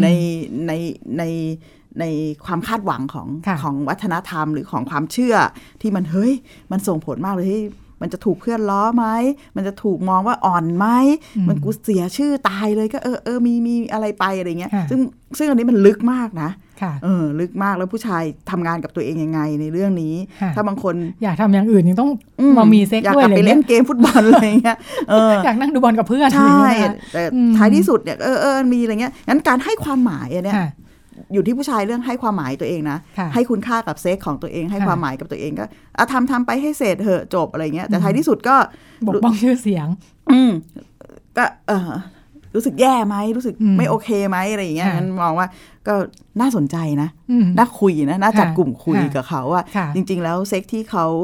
ในความคาดหวังของวัฒนธรรมหรือของความเชื่อที่มันส่งผลมากเลยที่มันจะถูกเพื่อนล้อไหมมันจะถูกมองว่าอ่อนไหมมันกูเสียชื่อตายเลยก็มีอะไรไปอะไรเงี้ยซึ่งอันนี้มันลึกมากนะลึกมากแล้วผู้ชายทำงานกับตัวเองยังไงในเรื่องนี้ถ้าบางคนอยากทำอย่างอื่นยังต้องมามีเซ็กด้วยอยากไปเล่นเกมฟุตบอลอะไรเงี้ยอยากนั่งดูบอลกับเพื่อนใช่แต่ท้ายที่สุดเนี่ยมีอะไรเงี้ยงั้นการให้ความหมายเนี่ยอยู่ที่ผู้ชายเรื่องให้ความหมายตัวเองนะให้คุณค่ากับเซ็กของตัวเองให้ความหมายกับตัวเองก็ทำไปให้เสร็จเถอะจบอะไรเงี้ยแต่ท้ายที่สุดก็ปกป้องชื่อเสียงก็รู้สึกแย่ไหมรู้สึกไม่โอเคไหมอะไรอย่างเงี้ยงั้นมองว่าก็น่าสนใจนะน่าคุยนะน่าจัดกลุ่มคุยกับเขาว่าจริงๆแล้วเซ็กที่เขา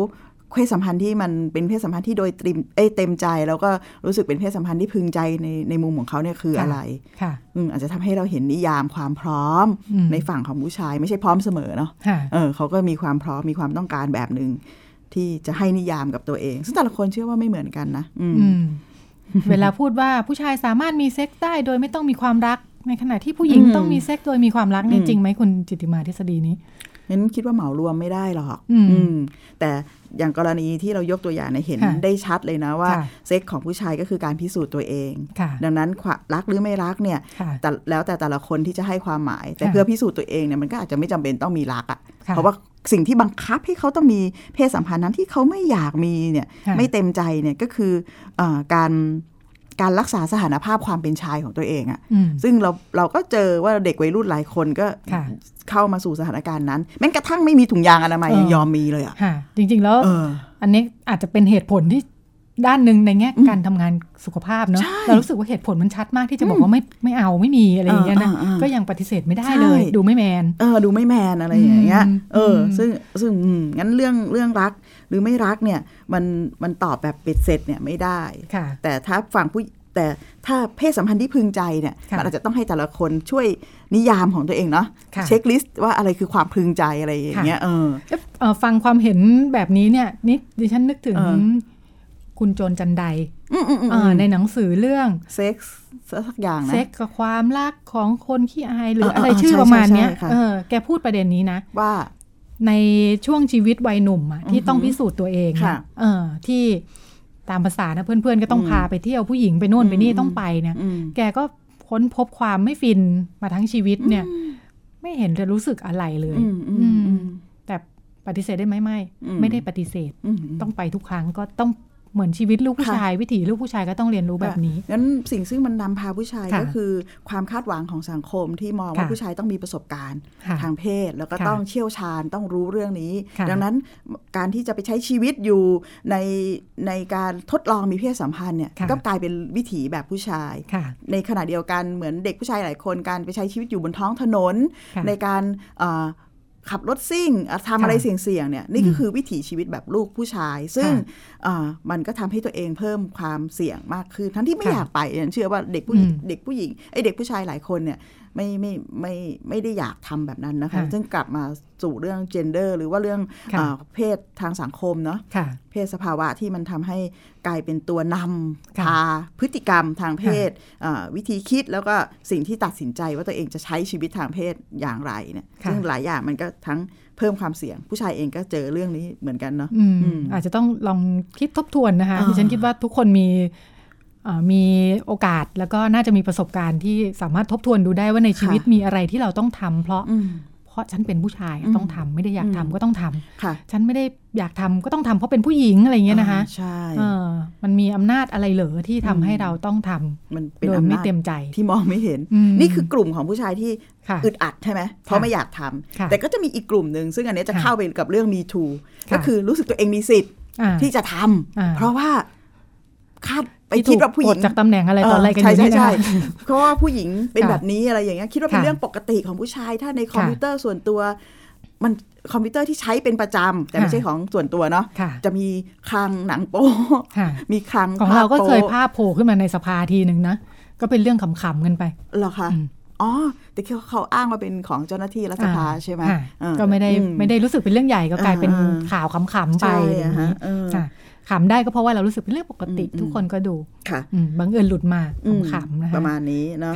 เพศสัมพันธ์ที่มันเป็นเพศสัมพันธ์ที่โดยเต็มใจแล้วก็รู้สึกเป็นเพศสัมพันธ์ที่พึงใจในมุมของเขาเนี่ยคืออะไรอาจจะทำให้เราเห็นนิยามความพร้อมในฝั่งของผู้ชายไม่ใช่พร้อมเสมอเนาะเขาก็มีความพร้อมมีความต้องการแบบนึงที่จะให้นิยามกับตัวเองซึ่งแต่ละคนเชื่อว่าไม่เหมือนกันนะเวลาพูดว่าผู้ชายสามารถมีเซ็กส์ได้โดยไม่ต้องมีความรักในขณะที่ผู้หญิงต้องมีเซ็กส์โดยมีความรักนี่จริงไหมคุณจิตติมาทฤษฎีนี้งั้นคิดว่าเหมารวมไม่ได้หรอกแต่อย่างกรณีที่เรายกตัวอย่างเห็นได้ชัดเลยนะว่าเซ็กของผู้ชายก็คือการพิสูจน์ตัวเองดังนั้นรักหรือไม่รักเนี่ยแล้วแต่ละคนที่จะให้ความหมายแต่เพื่อพิสูจน์ตัวเองเนี่ยมันก็อาจจะไม่จำเป็นต้องมีรักอ่ะเพราะว่าสิ่งที่บังคับให้เขาต้องมีเพศสัมพันธ์นั้นที่เขาไม่อยากมีเนี่ยไม่เต็มใจเนี่ยก็คือการรักษาสถานภาพความเป็นชายของตัวเองอ่ะซึ่งเราก็เจอว่าเด็กวัยรุ่นหลายคนก็เข้ามาสู่สถานการณ์นั้นแม้กระทั่งไม่มีถุงยางอนามัยยังยอมมีเลยอ่ะจริงๆแล้วอันนี้อาจจะเป็นเหตุผลที่ด้านหนึ่งในแง่การทำงานสุขภาพเนาะเรารู้สึกว่าเหตุผลมันชัดมากที่จะบอกว่าไม่เอาไม่มีอะไรอย่างเงี้ยนะก็ยังปฏิเสธไม่ได้เลยดูไม่แมนดูไม่แมนอะไรอย่างเงี้ยซึ่งงั้นเรื่องรักหรือไม่รักเนี่ยมันตอบแบบเป็ดเสร็จเนี่ยไม่ได้แต่ถ้าฝั่งแต่ถ้าเพศสัมพันธ์ที่พึงใจเนี่ยมันอาจจะต้องให้แต่ละคนช่วยนิยามของตัวเองเนาะเช็คลิสต์ว่าอะไรคือความพึงใจอะไรอย่างเงี้ยฟังความเห็นแบบนี้เนี่ยนิดดิฉันนึกถึงคุณโจรจันไดในหนังสือเรื่องเซ็กส์สักอย่างนะเซ็กส์กับความรักของคนขี้อายหรืออะไรชื่อประมาณนี้แกพูดประเด็นนี้นะว่าในช่วงชีวิตวัยหนุ่มที่ต้องพิสูจน์ตัวเองที่ตามภาษานะเพื่อนๆก็ต้องพาไปเที่ยวผู้หญิงไปโน่นไปนี่ต้องไปเนี่ยแกก็ค้นพบความไม่ฟินมาทั้งชีวิตเนี่ยไม่เห็นจะรู้สึกอะไรเลยแต่ปฏิเสธได้ไหมไม่ได้ปฏิเสธต้องไปทุกครั้งก็ต้องเหมือนชีวิตลูกผู้ชายวิถีลูกผู้ชายก็ต้องเรียนรู้แบบนี้งั้นสิ่งซึ่งมันนำพาผู้ชายก็คือความคาดหวังของสังคมที่มองว่าผู้ชายต้องมีประสบการณ์ทางเพศแล้วก็ต้องเชี่ยวชาญต้องรู้เรื่องนี้ดังนั้นการที่จะไปใช้ชีวิตอยู่ในการทดลองมีเพศสัมพันธ์เนี่ยก็กลายเป็นวิถีแบบผู้ชายในขณะเดียวกันเหมือนเด็กผู้ชายหลายคนการไปใช้ชีวิตอยู่บนท้องถนนในการขับรถซิ่งทำอะไรเสี่ยงๆเนี่ยนี่ก็คือวิถีชีวิตแบบลูกผู้ชายซึ่งมันก็ทำให้ตัวเองเพิ่มความเสี่ยงมากขึ้นทั้งที่ไม่อยากไปเชื่อว่าเด็กผู้หญิงเด็กผู้ชายหลายคนเนี่ยไม่ได้อยากทำแบบนั้นนะคะซึ่งกลับมาสู่เรื่อง gender หรือว่าเรื่องเพศทางสังคมเนาะเพศสภาวะที่มันทำให้กลายเป็นตัวนำพาพฤติกรรมทางเพศวิธีคิดแล้วก็สิ่งที่ตัดสินใจว่าตัวเองจะใช้ชีวิตทางเพศอย่างไรเนี่ยซึ่งหลายอย่างมันก็ทั้งเพิ่มความเสี่ยงผู้ชายเองก็เจอเรื่องนี้เหมือนกันเนาะอาจจะต้องลองคิดทบทวนนะคะดิฉันคิดว่าทุกคนมีโอกาสแล้วก็น่าจะมีประสบการณ์ที่สามารถทบทวนดูได้ว่าในชีวิตมีอะไรที่เราต้องทำเพราะฉันเป็นผู้ชายต้องทำไม่ได้อยากทำก็ต้องทำฉันไม่ได้อยากทำก็ต้องทำเพราะเป็นผู้หญิงอะไรเงี้ยนะคะใช่มันมีอำนาจอะไรเหรอที่ทำให้เราต้องทำมันเป็นโดยไม่เต็มใจที่มองไม่เห็นนี่คือกลุ่มของผู้ชายที่อึดอัดใช่ไหมเพราะไม่อยากทำแต่ก็จะมีอีกกลุ่มหนึ่งซึ่งอันนี้จะเข้าไปกับเรื่อง Me Too ก็คือรู้สึกตัวเองมีสิทธิ์ที่จะทำเพราะว่าคาดไปคิดว่าผู้หญิงจากตำแหน่งอะไรตอนอะไรกันอยู่ใช่เพราะว่าผู้หญิงเป็นแบบนี้อะไรอย่างเงี้ยคิดว่าเป็นเรื่องปกติของผู้ชายถ้าในคอมพิวเตอร์ส่วนตัวมันคอมพิวเตอร์ที่ใช้เป็นประจำแต่ไม่ใช่ของส่วนตัวเนาะจะมีคลังหนังโป๊มีคลังของเราก็เคยภาพโผล่ขึ้นมาในสภาทีนึงนะก็เป็นเรื่องขำๆกันไปเหรอคะแต่เขาอ้างว่าเป็นของเจ้าหน้าที่รัฐสภาใช่ไหมก็ไม่ได้รู้สึกเป็นเรื่องใหญ่ก็กลายเป็นข่าวขำๆไปขำได้ก็เพราะว่าเรารู้สึกเป็นเรื่องปกติทุกคนก็ดูบังเอิญหลุดมาขำๆนะคะประมาณนี้เนาะ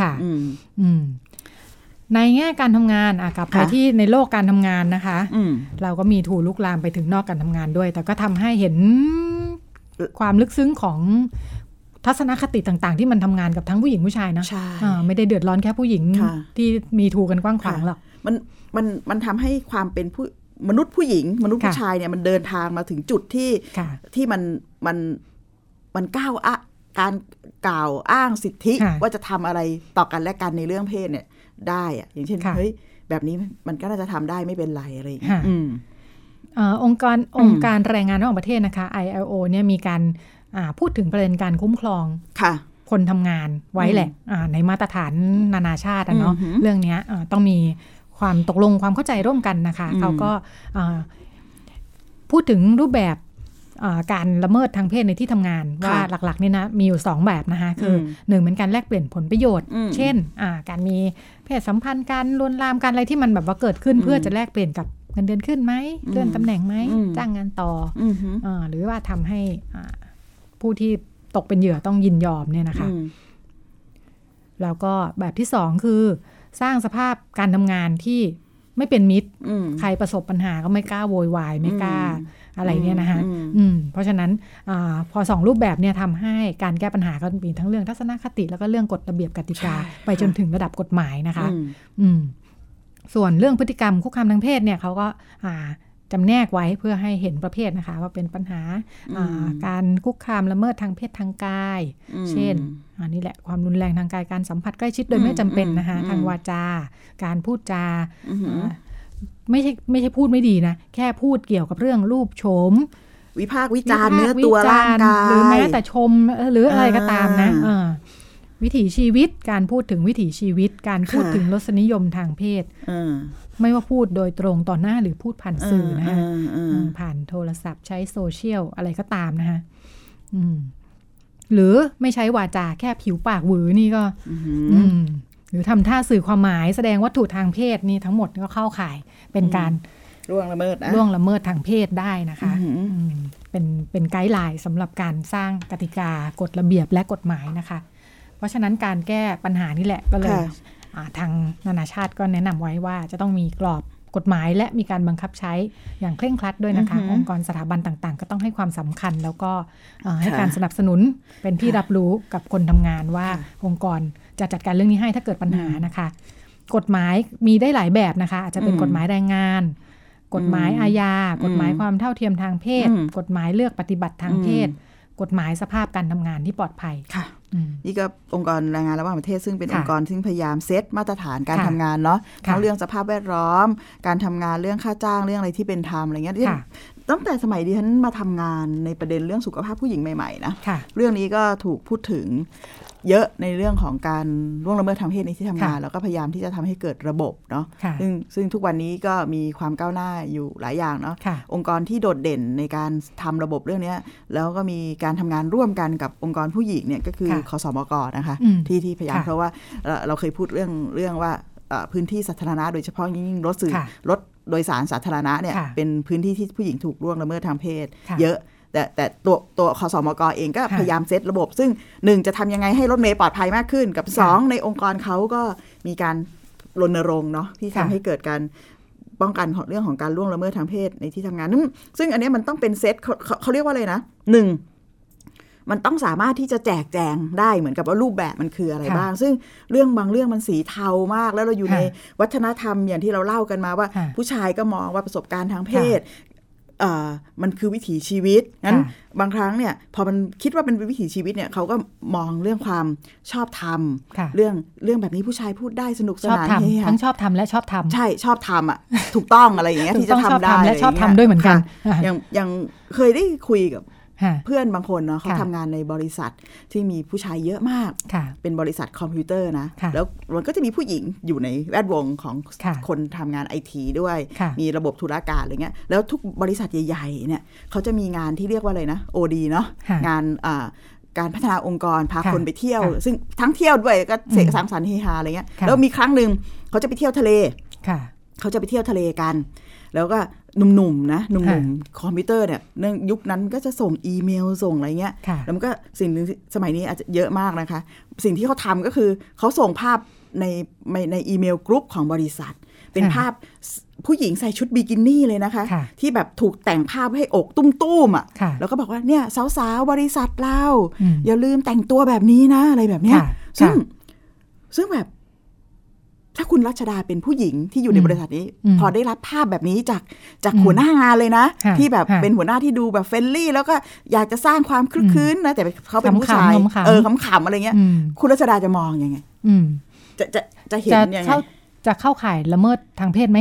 ในแง่การทำงานกลับไปที่ในโลกการทำงานนะคะเราก็มีถูลุกลามไปถึงนอกการทำงานด้วยแต่ก็ทำให้เห็นความลึกซึ้งของทัศนคติต่างๆที่มันทำงานกับทั้งผู้หญิงผู้ชายนะไม่ได้เดือดร้อนแค่ผู้หญิงที่มีถูกันกว้างขวางหรอกมันทำให้ความเป็นมนุษย์ผู้หญิงมนุษย์ผู้ชายเนี่ยมันเดินทางมาถึงจุดที่มันก้าวการกล่าวอ้างสิทธิว่าจะทำอะไรต่อกันและกันในเรื่องเพศเนี่ยได้อะอย่างเช่นเฮ้ยแบบนี้มันก็น่าจะทำได้ไม่เป็นไรอะไรอย่างเงี้ยองค์การแรงงานระหว่างประเทศนะคะ ILO เนี่ยมีการพูดถึงประเด็นการคุ้มครองคนทำงานไว้แหละในมาตรฐานนานาชาติเนาะเรื่องนี้ต้องมีความตกลงความเข้าใจร่วมกันนะคะเขาก็พูดถึงรูปแบบการละเมิดทางเพศในที่ทำงานว่าหลักๆนี่นะมีอยู่2แบบนะคะคือ1เป็นการแลกเปลี่ยนผลประโยชน์เช่นการมีเพศสัมพันธ์การลวนลามการอะไรที่มันแบบว่าเกิดขึ้นเพื่อจะแลกเปลี่ยนกับเงินเดือนขึ้นไหมเลื่อนตำแหน่งไหมจ้างงานต่อหรือว่าทำให้ผู้ที่ตกเป็นเหยื่อต้องยินยอมเนี่ยนะคะแล้วก็แบบที่2คือสร้างสภาพการทำงานที่ไม่เป็นมิตรใครประสบปัญหาก็ไม่กล้าโวยวายไม่กล้าอะไรเนี่ยนะคะเพราะฉะนั้นพอ2รูปแบบเนี่ยทำให้การแก้ปัญหาก็มีทั้งเรื่องทัศนคติแล้วก็เรื่องกฎระเบียบกติกาไปจนถึงระดับกฎหมายนะคะส่วนเรื่องพฤติกรรมคุกคามทางเพศเนี่ยเขาก็จำแนกไว้เพื่อให้เห็นประเภทนะคะว่าเป็นปัญหาการคุกคามละเมิดทางเพศทางกายเช่นนี่แหละความรุนแรงทางกายการสัมผัสใกล้ชิดโดยไม่จำเป็นนะคะทางวาจาการพูดจาไม่ใช่พูดไม่ดีนะแค่พูดเกี่ยวกับเรื่องรูปโฉมวิพากษ์วิจารณ์เนื้อตัวร่างกายหรือแม้แต่ชมหรืออะไรก็ตามนะวิถีชีวิตการพูดถึงวิถีชีวิตการพูดถึงรสนิยมทางเพศไม่ว่าพูดโดยตรงต่อหน้าหรือพูดผ่านสื่อนะคะผ่านโทรศัพท์ใช้โซเชียลอะไรก็ตามนะคะหรือไม่ใช้วาจาแค่ผิวปากหวือนี่ก็หรือทำท่าสื่อความหมายแสดงวัตถุทางเพศนี่ทั้งหมดก็เข้าข่ายเป็นการล่วงละเมิดทางเพศได้นะคะเป็นไกด์ไลน์สำหรับการสร้างกติกากฎระเบียบและกฎหมายนะคะเพราะฉะนั้นการแก้ปัญหานี่แหละก็เลยทางนานาชาติก็แนะนำไว้ว่าจะต้องมีกรอบกฎหมายและมีการบังคับใช้อย่างเคร่งครัดด้วยนะคะองค์กรสถาบันต่างๆก็ต้องให้ความสำคัญแล้วก็ให้การสนับสนุนเป็นที่รับรู้กับคนทำงานว่าองค์กรจะจัดการเรื่องนี้ให้ถ้าเกิดปัญหานะคะกฎหมายมีได้หลายแบบนะคะอาจจะเป็นกฎหมายแรงงานกฎหมายอาญากฎหมายความเท่าเทียมทางเพศกฎหมายเลือกปฏิบัติทางเพศกฎหมายสภาพการทำงานที่ปลอดภัยค่ะนี่ก็องค์กรแรงงานระหว่างประเทศซึ่งเป็นองค์กรซึ่งพยายามเซตมาตรฐานการทำงานเนาะทั้งเรื่องสภาพแวดล้อมการทำงานเรื่องค่าจ้างเรื่องอะไรที่เป็นธรรมอะไรเงี้ยตั้งแต่สมัยดิฉันมาทำงานในประเด็นเรื่องสุขภาพผู้หญิงใหม่ๆนะเรื่องนี้ก็ถูกพูดถึงเยอะในเรื่องของการล่วงละเมิดทางเพศในที่ทำงานแล้วก็พยายามที่จะทำให้เกิดระบบเนาะซึ่งทุกวันนี้ก็มีความก้าวหน้าอยู่หลายอย่างเนาะองค์กรที่โดดเด่นในการทำระบบเรื่องนี้แล้วก็มีการทำงานร่วมกันกับองค์กรผู้หญิงเนี่ยก็คือคสมก.นะคะที่พยายามเพราะว่าเราเคยพูดเรื่องว่าพื้นที่สาธารณะโดยเฉพาะยิ่งรถโดยสารสาธารณะเนี่ยเป็นพื้นที่ที่ผู้หญิงถูกล่วงละเมิดทางเพศเยอะแต่ตัวคสมก.เองก็พยายามเซตระบบซึ่ง1จะทำยังไงให้รถเมล์ปลอดภัยมากขึ้นกับ2ในองค์กรเขาก็มีการรณรงค์เนาะที่ทำให้เกิดการป้องกันเรื่องของการล่วงละเมิดทางเพศในที่ทำงานซึ่งอันนี้มันต้องเป็นเซตเขาเรียกว่าอะไรนะ1มันต้องสามารถที่จะแจกแจงได้เหมือนกับว่ารูปแบบมันคืออะไรบ้างซึ่งบางเรื่องมันสีเทามากแล้วเราอยู่ในวัฒนธรรมอย่างที่เราเล่ากันมาว่าผู้ชายก็มองว่าประสบการณ์ทางเพศมันคือวิถีชีวิตงั้นบางครั้งเนี่ยพอมันคิดว่าเป็นวิถีชีวิตเนี่ยเขาก็มองเรื่องความชอบธรรมเรื่องแบบนี้ผู้ชายพูดได้สนุกสนานทั้งชอบทำและชอบทำใช่ชอบทำอ่ะถูกต้องอะไรอย่างเงี้ยที่จะทำได้และชอบทำด้วยเหมือนกันอย่างเคยได้คุยกับเพื่อนบางคนเนาะเขาทำงานในบริษัทที่มีผู้ชายเยอะมากเป็นบริษัทคอมพิวเตอร์นะแล้วมันก็จะมีผู้หญิงอยู่ในแวดวงของคนทำงานไอทีด้วยมีระบบธุรการอะไรเงี้ยแล้วทุกบริษัทใหญ่ๆเนี่ยเขาจะมีงานที่เรียกว่าอะไรนะ OD เนาะงานการพัฒนาองค์กรพาคนไปเที่ยวซึ่งทั้งเที่ยวด้วยก็เสกสังสรรค์เฮฮาอะไรเงี้ยแล้วมีครั้งหนึ่งเขาจะไปเที่ยวทะเลเขาจะไปเที่ยวทะเลกันแล้วก็หนุ่มๆนะหนุ่มๆคอมพิวเตอร์เนี่ยยุคนั้นก็จะส่งอีเมลส่งอะไรเงี้ยแล้วมันก็สิ่งนึงสมัยนี้อาจจะเยอะมากนะคะสิ่งที่เขาทำก็คือเขาส่งภาพในอีเมลกรุ๊ปของบริษัทเป็นภาพผู้หญิงใส่ชุดบิกินี่เลยนะคะที่แบบถูกแต่งภาพให้อกตุ้มๆอ่ะแล้วก็บอกว่าเนี่ยสาวๆบริษัทเราอย่าลืมแต่งตัวแบบนี้นะอะไรแบบเนี้ยซึ่งแบบถ้าคุณรัชดาเป็นผู้หญิงที่อยู่ในบริษัทนี้พอได้รับภาพแบบนี้จากหัวหน้างานเลยนะที่แบบเป็นหัวหน้าที่ดูแบบเฟรนลี่แล้วก็อยากจะสร้างความคลึกคลื้นนะแต่เขาเป็นผู้ชายขำๆอะไรเงี้ยคุณรัชดาจะมองยังไงจะเห็นยังไงจะเข้าข่ายละเมิดทางเพศไหม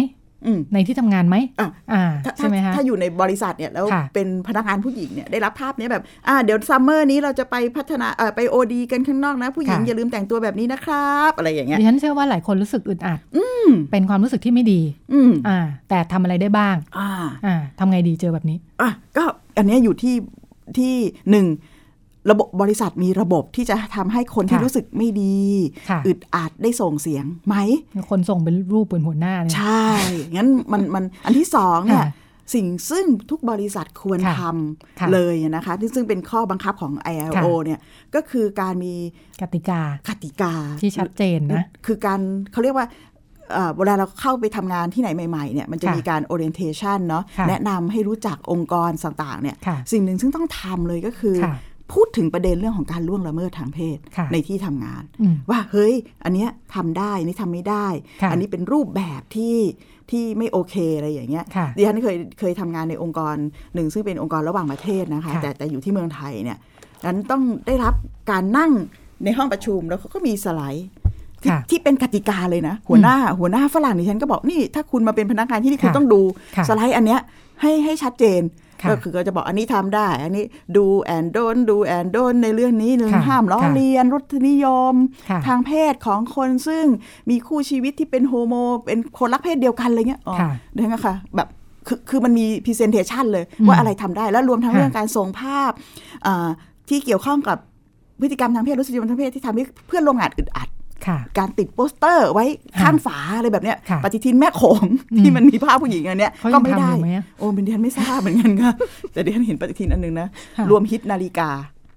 ในที่ทำงานไหมใช่ไหมคะถ้าอยู่ในบริษัทเนี่ยแล้วเป็นพนักงานผู้หญิงเนี่ยได้รับภาพนี้แบบเดี๋ยวซัมเมอร์นี้เราจะไปพัฒนาไป OD กันข้างนอกนะผู้หญิงอย่าลืมแต่งตัวแบบนี้นะครับอะไรอย่างเงี้ยดิฉันเชื่อว่าหลายคนรู้สึกอึดอัดเป็นความรู้สึกที่ไม่ดีแต่ทำอะไรได้บ้างทำไงดีเจอแบบนี้ก็อันนี้อยู่ที่หนึ่งระบบบริษัทมีระบบที่จะทำให้คนที่รู้สึกไม่ดีอึดอัดได้ส่งเสียงไหมคนส่งเป็นรูปเป็นหัวหน้าใช่งั้นมันอันที่สองเนี่ยสิ่งซึ่งทุกบริษัทควรทำเลยนะคะซึ่งเป็นข้อบังคับของ ILO เนี่ยก็คือการมีกติกาที่ชัดเจนนะคือการเขาเรียกว่าเวลาเราเข้าไปทำงานที่ไหนใหม่ๆเนี่ยมันจะมีการ orientation เนาะแนะนำให้รู้จักองค์กรต่างๆเนี่ยสิ่งหนึ่งซึ่งต้องทำเลยก็คือพูดถึงประเด็นเรื่องของการล่วงละเมิดทางเพศในที่ทำงานว่าเฮ้ยอันเนี้ยทำได้อันนี้ทำไม่ได้อันนี้เป็นรูปแบบที่ไม่โอเคอะไรอย่างเงี้ยดิฉันเคยทำงานในองค์กรหนึ่งซึ่งเป็นองค์กรระหว่างประเทศนะคะแต่อยู่ที่เมืองไทยเนี่ยนั้นต้องได้รับการนั่งในห้องประชุมแล้วเขาก็มีสไลด์ที่เป็นกติกาเลยนะหัวหน้าฝรั่งดิฉันก็บอกนี่ถ้าคุณมาเป็นพนักงานที่นี่คุณต้องดูสไลด์อันเนี้ยให้ชัดเจนก็คือก็จะบอกอันนี้ทำได้อันนี้ดูแอนโดนในเรื่องนี้เรื่องห้ามล้อเลียนรสนิยมทางเพศของคนซึ่งมีคู่ชีวิตที่เป็นโฮโมเป็นคนรักเพศเดียวกันอะไรเงี้ยเรื่องอะค่ะแบบคือมันมี presentation เลยว่าอะไรทำได้แล้วรวมทั้งเรื่องการส่งภาพที่เกี่ยวข้องกับพฤติกรรมทางเพศรสนิยมทางเพศที่ทำให้เพื่อนร่วมงานอึดอัดการติดโปสเตอร์ไว้ข้างฝาอะไรแบบเนี้ยปฏิทินแม่โขงที่มันมีภาพผู้หญิงอันเนี้ยก็ไม่ได้โอ้เป็นดิฉันไม่ทราบเหมือนกันค่ะแต่ดิฉันเห็นปฏิทินอันนึงนะรวมฮิตนาฬิกา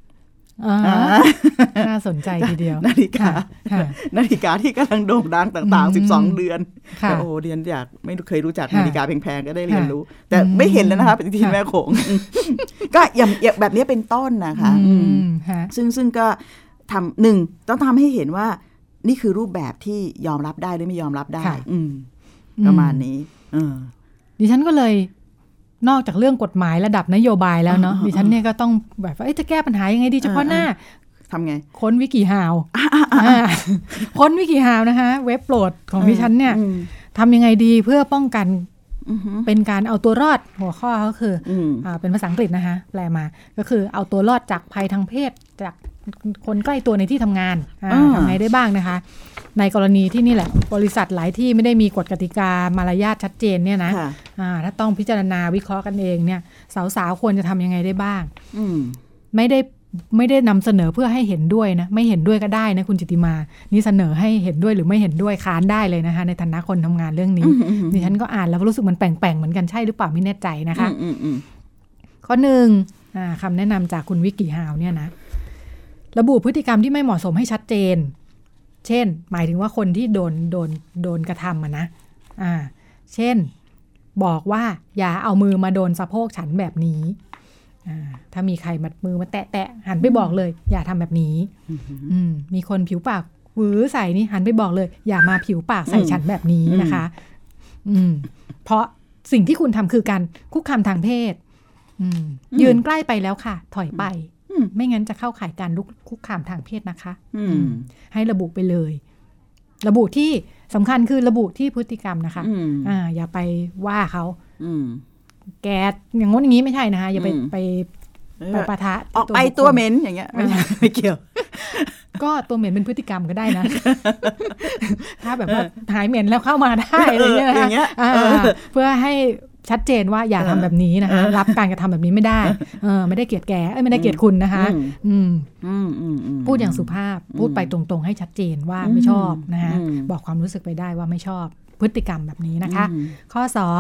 น่าสนใจทีเดียวนาฬิกาที่กำลังโด่งดังต่างๆ12เดือนโอ้ดิฉันอยากไม่เคยรู้จักนาฬิกาแพงๆก็ได้เรียนรู้แต่ไม่เห็นแล้วนะคะปฏิทินแม่โขงก็อย่างแบบนี้เป็นต้นนะคะซึ่งก็ทำหนึ่งต้องทำให้เห็นว่านี่คือรูปแบบที่ยอมรับได้หรือไม่ยอมรับได้ประมาณนี้ดิฉันก็เลยนอกจากเรื่องกฎหมายระดับนโยบายแล้วเนาะดิฉันเนี่ยก็ต้องแบบว่าจะแก้ปัญหายังไงดีเฉพาะหน้าทำไงค้นวิกิฮาวค้นวิกิฮาวนะคะเว็บโปรดของดิฉันเนี่ยทำยังไงดีเพื่อป้องกันเป็นการเอาตัวรอดหัวข้อก็คือเป็นภาษาอังกฤษนะคะแปลมาก็คือเอาตัวรอดจากภัยทางเพศจากคนใกล้ตัวในที่ทำงานทำไงได้บ้างนะคะในกรณีที่นี่แหละบริษัทหลายที่ไม่ได้มีกฎกติกามารยาทชัดเจนเนี่ยนะถ้าต้องพิจารณาวิเคราะห์กันเองเนี่ยสาวๆควรจะทำยังไงได้บ้างไม่ได้นำเสนอเพื่อให้เห็นด้วยนะไม่เห็นด้วยก็ได้นะคุณจิตติมานี่เสนอให้เห็นด้วยหรือไม่เห็นด้วยค้านได้เลยนะคะในฐานะคนทำงานเรื่องนี้ดิฉันก็อ่านแล้วรู้สึกมันแปลงๆเหมือนกันใช่หรือเปล่าไม่แน่ใจนะคะข้อหนึ่งคำแนะนำจากคุณวิกิฮาวเนี่ยนะระบุพฤติกรรมที่ไม่เหมาะสมให้ชัดเจนเช่นหมายถึงว่าคนที่โดนกระทำนะเช่นบอกว่าอย่าเอามือมาโดนสะโพกฉันแบบนี้ถ้ามีใครมัดมือมาแตะหันไปบอกเลยอย่าทำแบบนี้มีคนผิวปากหวือใส่นี่หันไปบอกเลยอย่ามาผิวปากใส่ฉันแบบนี้นะคะเพราะสิ่งที่คุณทำคือการคุกคามทางเพศยืนใกล้ไปแล้วค่ะถอยไปไม่งั้นจะเข้าข่ายการคุกคามทางเพศนะคะให้ระบุไปเลยระบุที่สำคัญคือระบุที่พฤติกรรมนะคะอย่าไปว่าเขาแกอย่างง้นอย่างนี้ไม่ใช่นะคะอย่าไปปะทะออกไปตัวเหม็นอย่างเงี้ยไม่เกี่ยวก็ตัวเหม็นเป็นพฤติกรรมก็ได้นะถ้าแบบว่าหายเหม็นแล้วเข้ามาได้อะไรเงี้ยนะคะเพื่อให้ชัดเจนว่าอย่าทำแบบนี้นะคะรับการกระทำแบบนี้ไม่ได้ไม่ได้เกลียดแกไม่ได้เกลียดคุณนะคะพูดอย่างสุภาพพูดไปตรงๆให้ชัดเจนว่าไม่ชอบนะคะบอกความรู้สึกไปได้ว่าไม่ชอบพฤติกรรมแบบนี้นะคะข้อ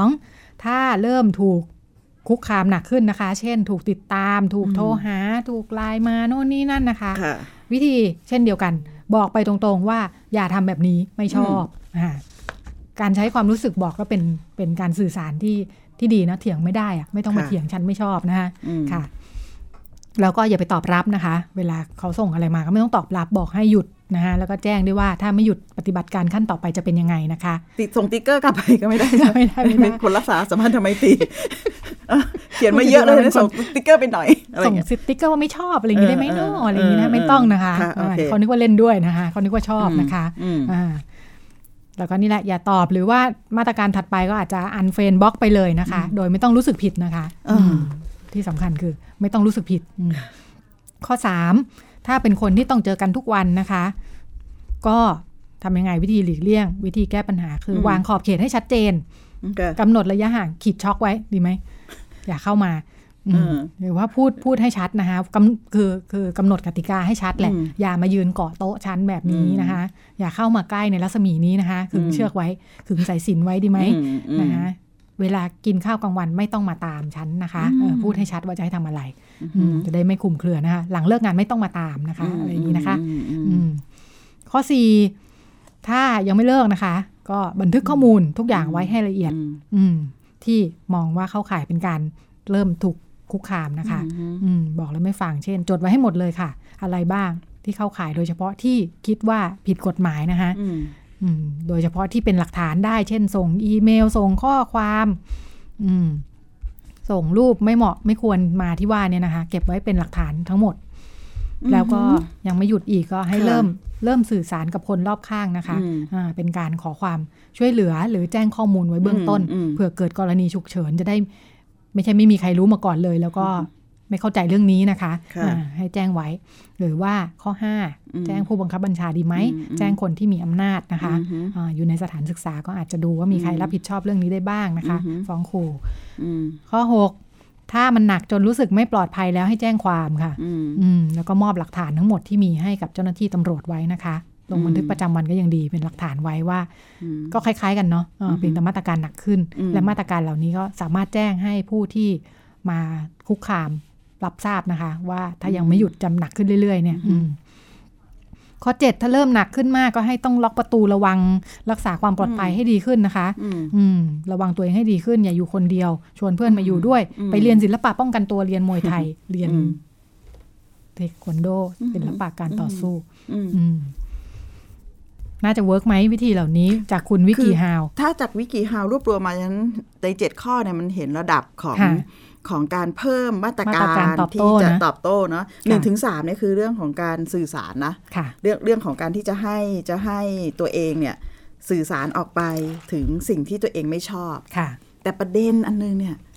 2ถ้าเริ่มถูกคุกคามหนักขึ้นนะคะเช่นถูกติดตามถูกโทรหาถูกไลน์มาโน่นนี่นั่นนะคะวิธีเช่นเดียวกันบอกไปตรงๆว่าอย่าทำแบบนี้ไม่ชอบการใช้ความรู้สึกบอกก็เป็นการสื่อสารที่ดีนะเถียงไม่ได้อะไม่ต้องมาเถียงฉันไม่ชอบนะคะค่ะแล้วก็อย่าไปตอบรับนะคะเวลาเขาส่งอะไรมาก็ไม่ต้องตอบรับบอกให้หยุดนะคะแล้วก็แจ้งด้วยว่าถ้าไม่หยุดปฏิบัติการขั้นต่อไปจะเป็นยังไงนะคะส่งติ๊กเกอร์กลับไปก็ไม่ได้เป็นคนรักษาสัมพันธไมตรีเขียนมาเยอะเลยส่งติ๊กเกอร์ไปหน่อยส่งติ๊กเกอร์ว่าไม่ชอบอะไรอย่างนี้ได้ไหมเนาะอะไรอย่างนี้นะไม่ต้องนะคะเขานึกว่าเล่นด้วยนะคะเขานึกว่าชอบนะคะแล้วก็นี่แหละอย่าตอบหรือว่ามาตรการถัดไปก็อาจจะอันเฟรนบล็อกไปเลยนะคะโดยไม่ต้องรู้สึกผิดนะคะที่สำคัญคือไม่ต้องรู้สึกผิดข้อ3ถ้าเป็นคนที่ต้องเจอกันทุกวันนะคะก็ทำยังไงวิธีหลีกเลี่ยงวิธีแก้ปัญหาคือวางขอบเขตให้ชัดเจนกำหนดระยะห่างขีดช็อกไว้ดีไหมอย่าเข้ามาหรือว่าพูดให้ชัดนะคะคือกำหนดกติกาให้ชัดแหละอย่ามายืนเกาะโต๊ะชั้นแบบนี้นะคะอย่าเข้ามาใกล้ในรัศมีนี้นะคะขึงเชือกไว้ขึงสายสิญจน์ไว้ดีไหมนะคะเวลากินข้าวกลางวันไม่ต้องมาตามฉันนะคะพูดให้ชัดว่าจะให้ทำอะไรจะได้ไม่คลุมเครือนะคะหลังเลิกงานไม่ต้องมาตามนะคะอะไรอย่างนี้นะคะข้อ4ถ้ายังไม่เลิกนะคะก็บันทึกข้อมูลทุกอย่างไว้ให้ละเอียดที่มองว่าเข้าข่ายเป็นการเริ่มถูกคุกคามนะคะบอกแล้วไม่ฟังเช่นจดไว้ให้หมดเลยค่ะอะไรบ้างที่เข้าข่ายโดยเฉพาะที่คิดว่าผิดกฎหมายนะคะโดยเฉพาะที่เป็นหลักฐานได้เช่นส่งอีเมลส่งข้อความส่งรูปไม่เหมาะไม่ควรมาที่ว่าเนี่ยนะคะเก็บไว้เป็นหลักฐานทั้งหมดแล้วก็ยังไม่หยุดอีกก็ให้เริ่มสื่อสารกับคนรอบข้างนะคะเป็นการขอความช่วยเหลือหรือแจ้งข้อมูลไว้เบื้องต้นเผื่อเกิดกรณีฉุกเฉินจะได้ไม่ใช่ไม่มีใครรู้มาก่อนเลยแล้วก็ไม่เข้าใจเรื่องนี้นะคะให้แจ้งไว้หรือว่าข้อ5แจ้งผู้บังคับบัญชาดีไหมแจ้งคนที่มีอำนาจนะคะอยู่ในสถานศึกษาก็อาจจะดูว่ามีใครรับผิดชอบเรื่องนี้ได้บ้างนะคะฟ้องครูข้อ6ถ้ามันหนักจนรู้สึกไม่ปลอดภัยแล้วให้แจ้งความค่ะแล้วก็มอบหลักฐานทั้งหมดที่มีให้กับเจ้าหน้าที่ตำรวจไว้นะคะลงบันทึกประจำวันก็ยังดีเป็นหลักฐานไว้ว่าก็คล้ายๆกันเนาะเป็นแต่มาตรการหนักขึ้นและมาตรการเหล่านี้ก็สามารถแจ้งให้ผู้ที่มาคุกคามรับทราบนะคะว่าถ้ายังไม่หยุดจำหนักขึ้นเรื่อยๆเนี่ยข้อ7ถ้าเริ่มหนักขึ้นมากก็ให้ต้องล็อกประตูระวังรักษาความปลอดภัยให้ดีขึ้นนะคะระวังตัวเองให้ดีขึ้นอย่าอยู่คนเดียวชวนเพื่อนมาอยู่ด้วยไปเรียนศิลปะป้องกันตัวเรียนมวยไทยเรียนเทควันโดศิลปะการต่อสู้น่าจะเวิร์กไหมวิธีเหล่านี้จากคุณวิกิฮาวถ้าจากวิกิฮาวรวบรวมมาฉะนั้นใน7ข้อเนี่ยมันเห็นระดับของการเพิ่มมาตรการที่จะตอบโต้เนาะ 1-3 เนี่ยคือเรื่องของการสื่อสารนะเรื่องของการที่จะให้ตัวเองเนี่ยสื่อสารออกไปถึงสิ่งที่ตัวเองไม่ชอบแต่ประเด็นอันนึงเนี่ย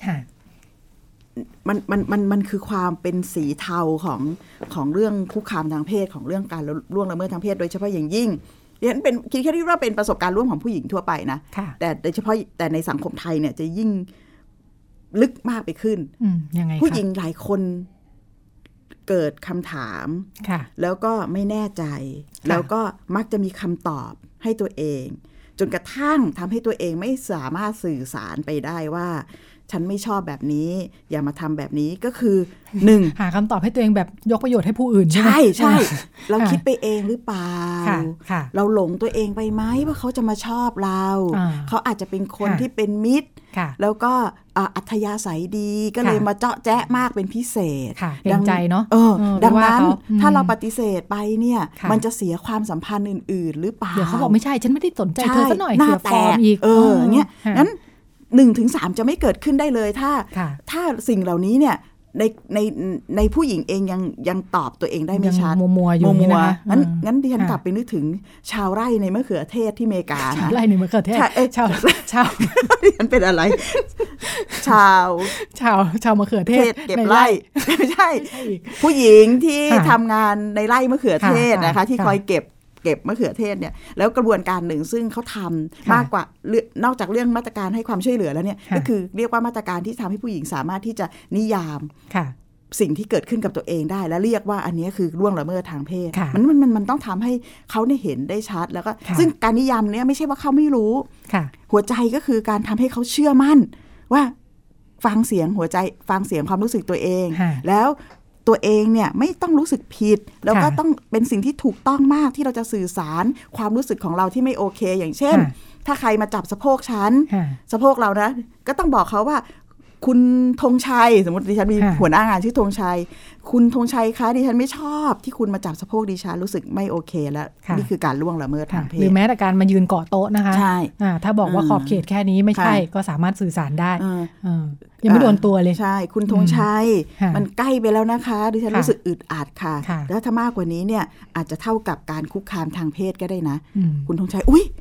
มันคือความเป็นสีเทาของเรื่องคุกคามทางเพศของเรื่องการล่วงละเมิดทางเพศโดยเฉพาะอย่างยิ่งดิฉันคิดแค่ที่ว่าเป็นประสบการณ์ร่วมของผู้หญิงทั่วไปนะแต่โดยเฉพาะแต่ในสังคมไทยเนี่ยจะยิ่งลึกมากไปขึ้นยังไงผู้หญิงหลายคนเกิดคำถามแล้วก็ไม่แน่ใจแล้วก็มักจะมีคำตอบให้ตัวเองจนกระทั่งทำให้ตัวเองไม่สามารถสื่อสารไปได้ว่าฉันไม่ชอบแบบนี้อย่ามาทำแบบนี้ก็คือ1 หาคำตอบให้ตัวเองแบบยกประโยชน์ให้ผู้อื่นใช่ไหมใช่เราคิดไปเองหรือเปล่าเราหลงตัวเองไปไหมว่าเขาจะมาชอบเราเขาอาจจะเป็นคนที่เป็นมิตรแล้วก็อัธยาศัยดีก็เลยมาเจาะแจ๊ะมากเป็นพิเศษดังใจเนาะดังนั้นถ้าเราปฏิเสธไปเนี่ยมันจะเสียความสัมพันธ์อื่นๆหรือเปล่าเดี๋ยวเขาบอกไม่ใช่ฉันไม่ได้สนใจเธอซะหน่อยเสียฟอร์มอีกเงี้ยงั้น1-3 จะไม่เกิดขึ้นได้เลยถ้าสิ่งเหล่านี้เนี่ยในผู้หญิงเองยังตอบตัวเองได้ไม่ชัดมัวอยู่นี่นะคะงั้นดิฉันกลับไปนึกถึงชาวไร่ในมะเขือเทศที่อเมริกาชาวไร่ในมะเขือเทศชาวดิฉันเป็นอะไรชาวมะเขือเทศเก็บไร่ไม่ใช่ผู้หญิงที่ทำงานในไร่มะเขือเทศนะคะที่คอยเก็บมะเขือเทศเนี่ยแล้วกระบวนการหนึ่งซึ่งเขาทำมากกว่านอกจากเรื่องมาตรการให้ความช่วยเหลือแล้วเนี่ยก็คือเรียกว่ามาตรการที่ทำให้ผู้หญิงสามารถที่จะนิยามสิ่งที่เกิดขึ้นกับตัวเองได้และเรียกว่าอันนี้คือล่วงละเมิดทางเพศมันต้องทำให้เขาได้เห็นได้ชัดแล้วก็ซึ่งการนิยามเนี่ยไม่ใช่ว่าเขาไม่รู้หัวใจก็คือการทำให้เขาเชื่อมั่นว่าฟังเสียงหัวใจฟังเสียงความรู้สึกตัวเองแล้วตัวเองเนี่ยไม่ต้องรู้สึกผิดแล้วก็ต้องเป็นสิ่งที่ถูกต้องมากที่เราจะสื่อสารความรู้สึกของเราที่ไม่โอเคอย่างเช่นถ้าใครมาจับสะโพกฉันสะโพกเรานะก็ต้องบอกเขาว่าคุณธงชัยสมมติดิฉันมีหัวหน้างานชื่อธงชัยคุณธงชัยคะดิฉันไม่ชอบที่คุณมาจับสะโพกดิฉันรู้สึกไม่โอเคแล้วนี่คือการล่วงละเมิดทางเพศหรือแม้แต่การมายืนเกาะโต๊ะนะคะใช่ถ้าบอกว่าขอบเขตแค่นี้ไม่ใช่ก็สามารถสื่อสารได้ยังไม่โดนตัวเลยใช่คุณธงชัยมันใกล้ไปแล้วนะคะดิฉันรู้สึกอึดอัดค่ะแล้วถ้ามากกว่านี้เนี่ยอาจจะเท่ากับการคุกคามทางเพศก็ได้นะคุณธงชัยอุ๊ย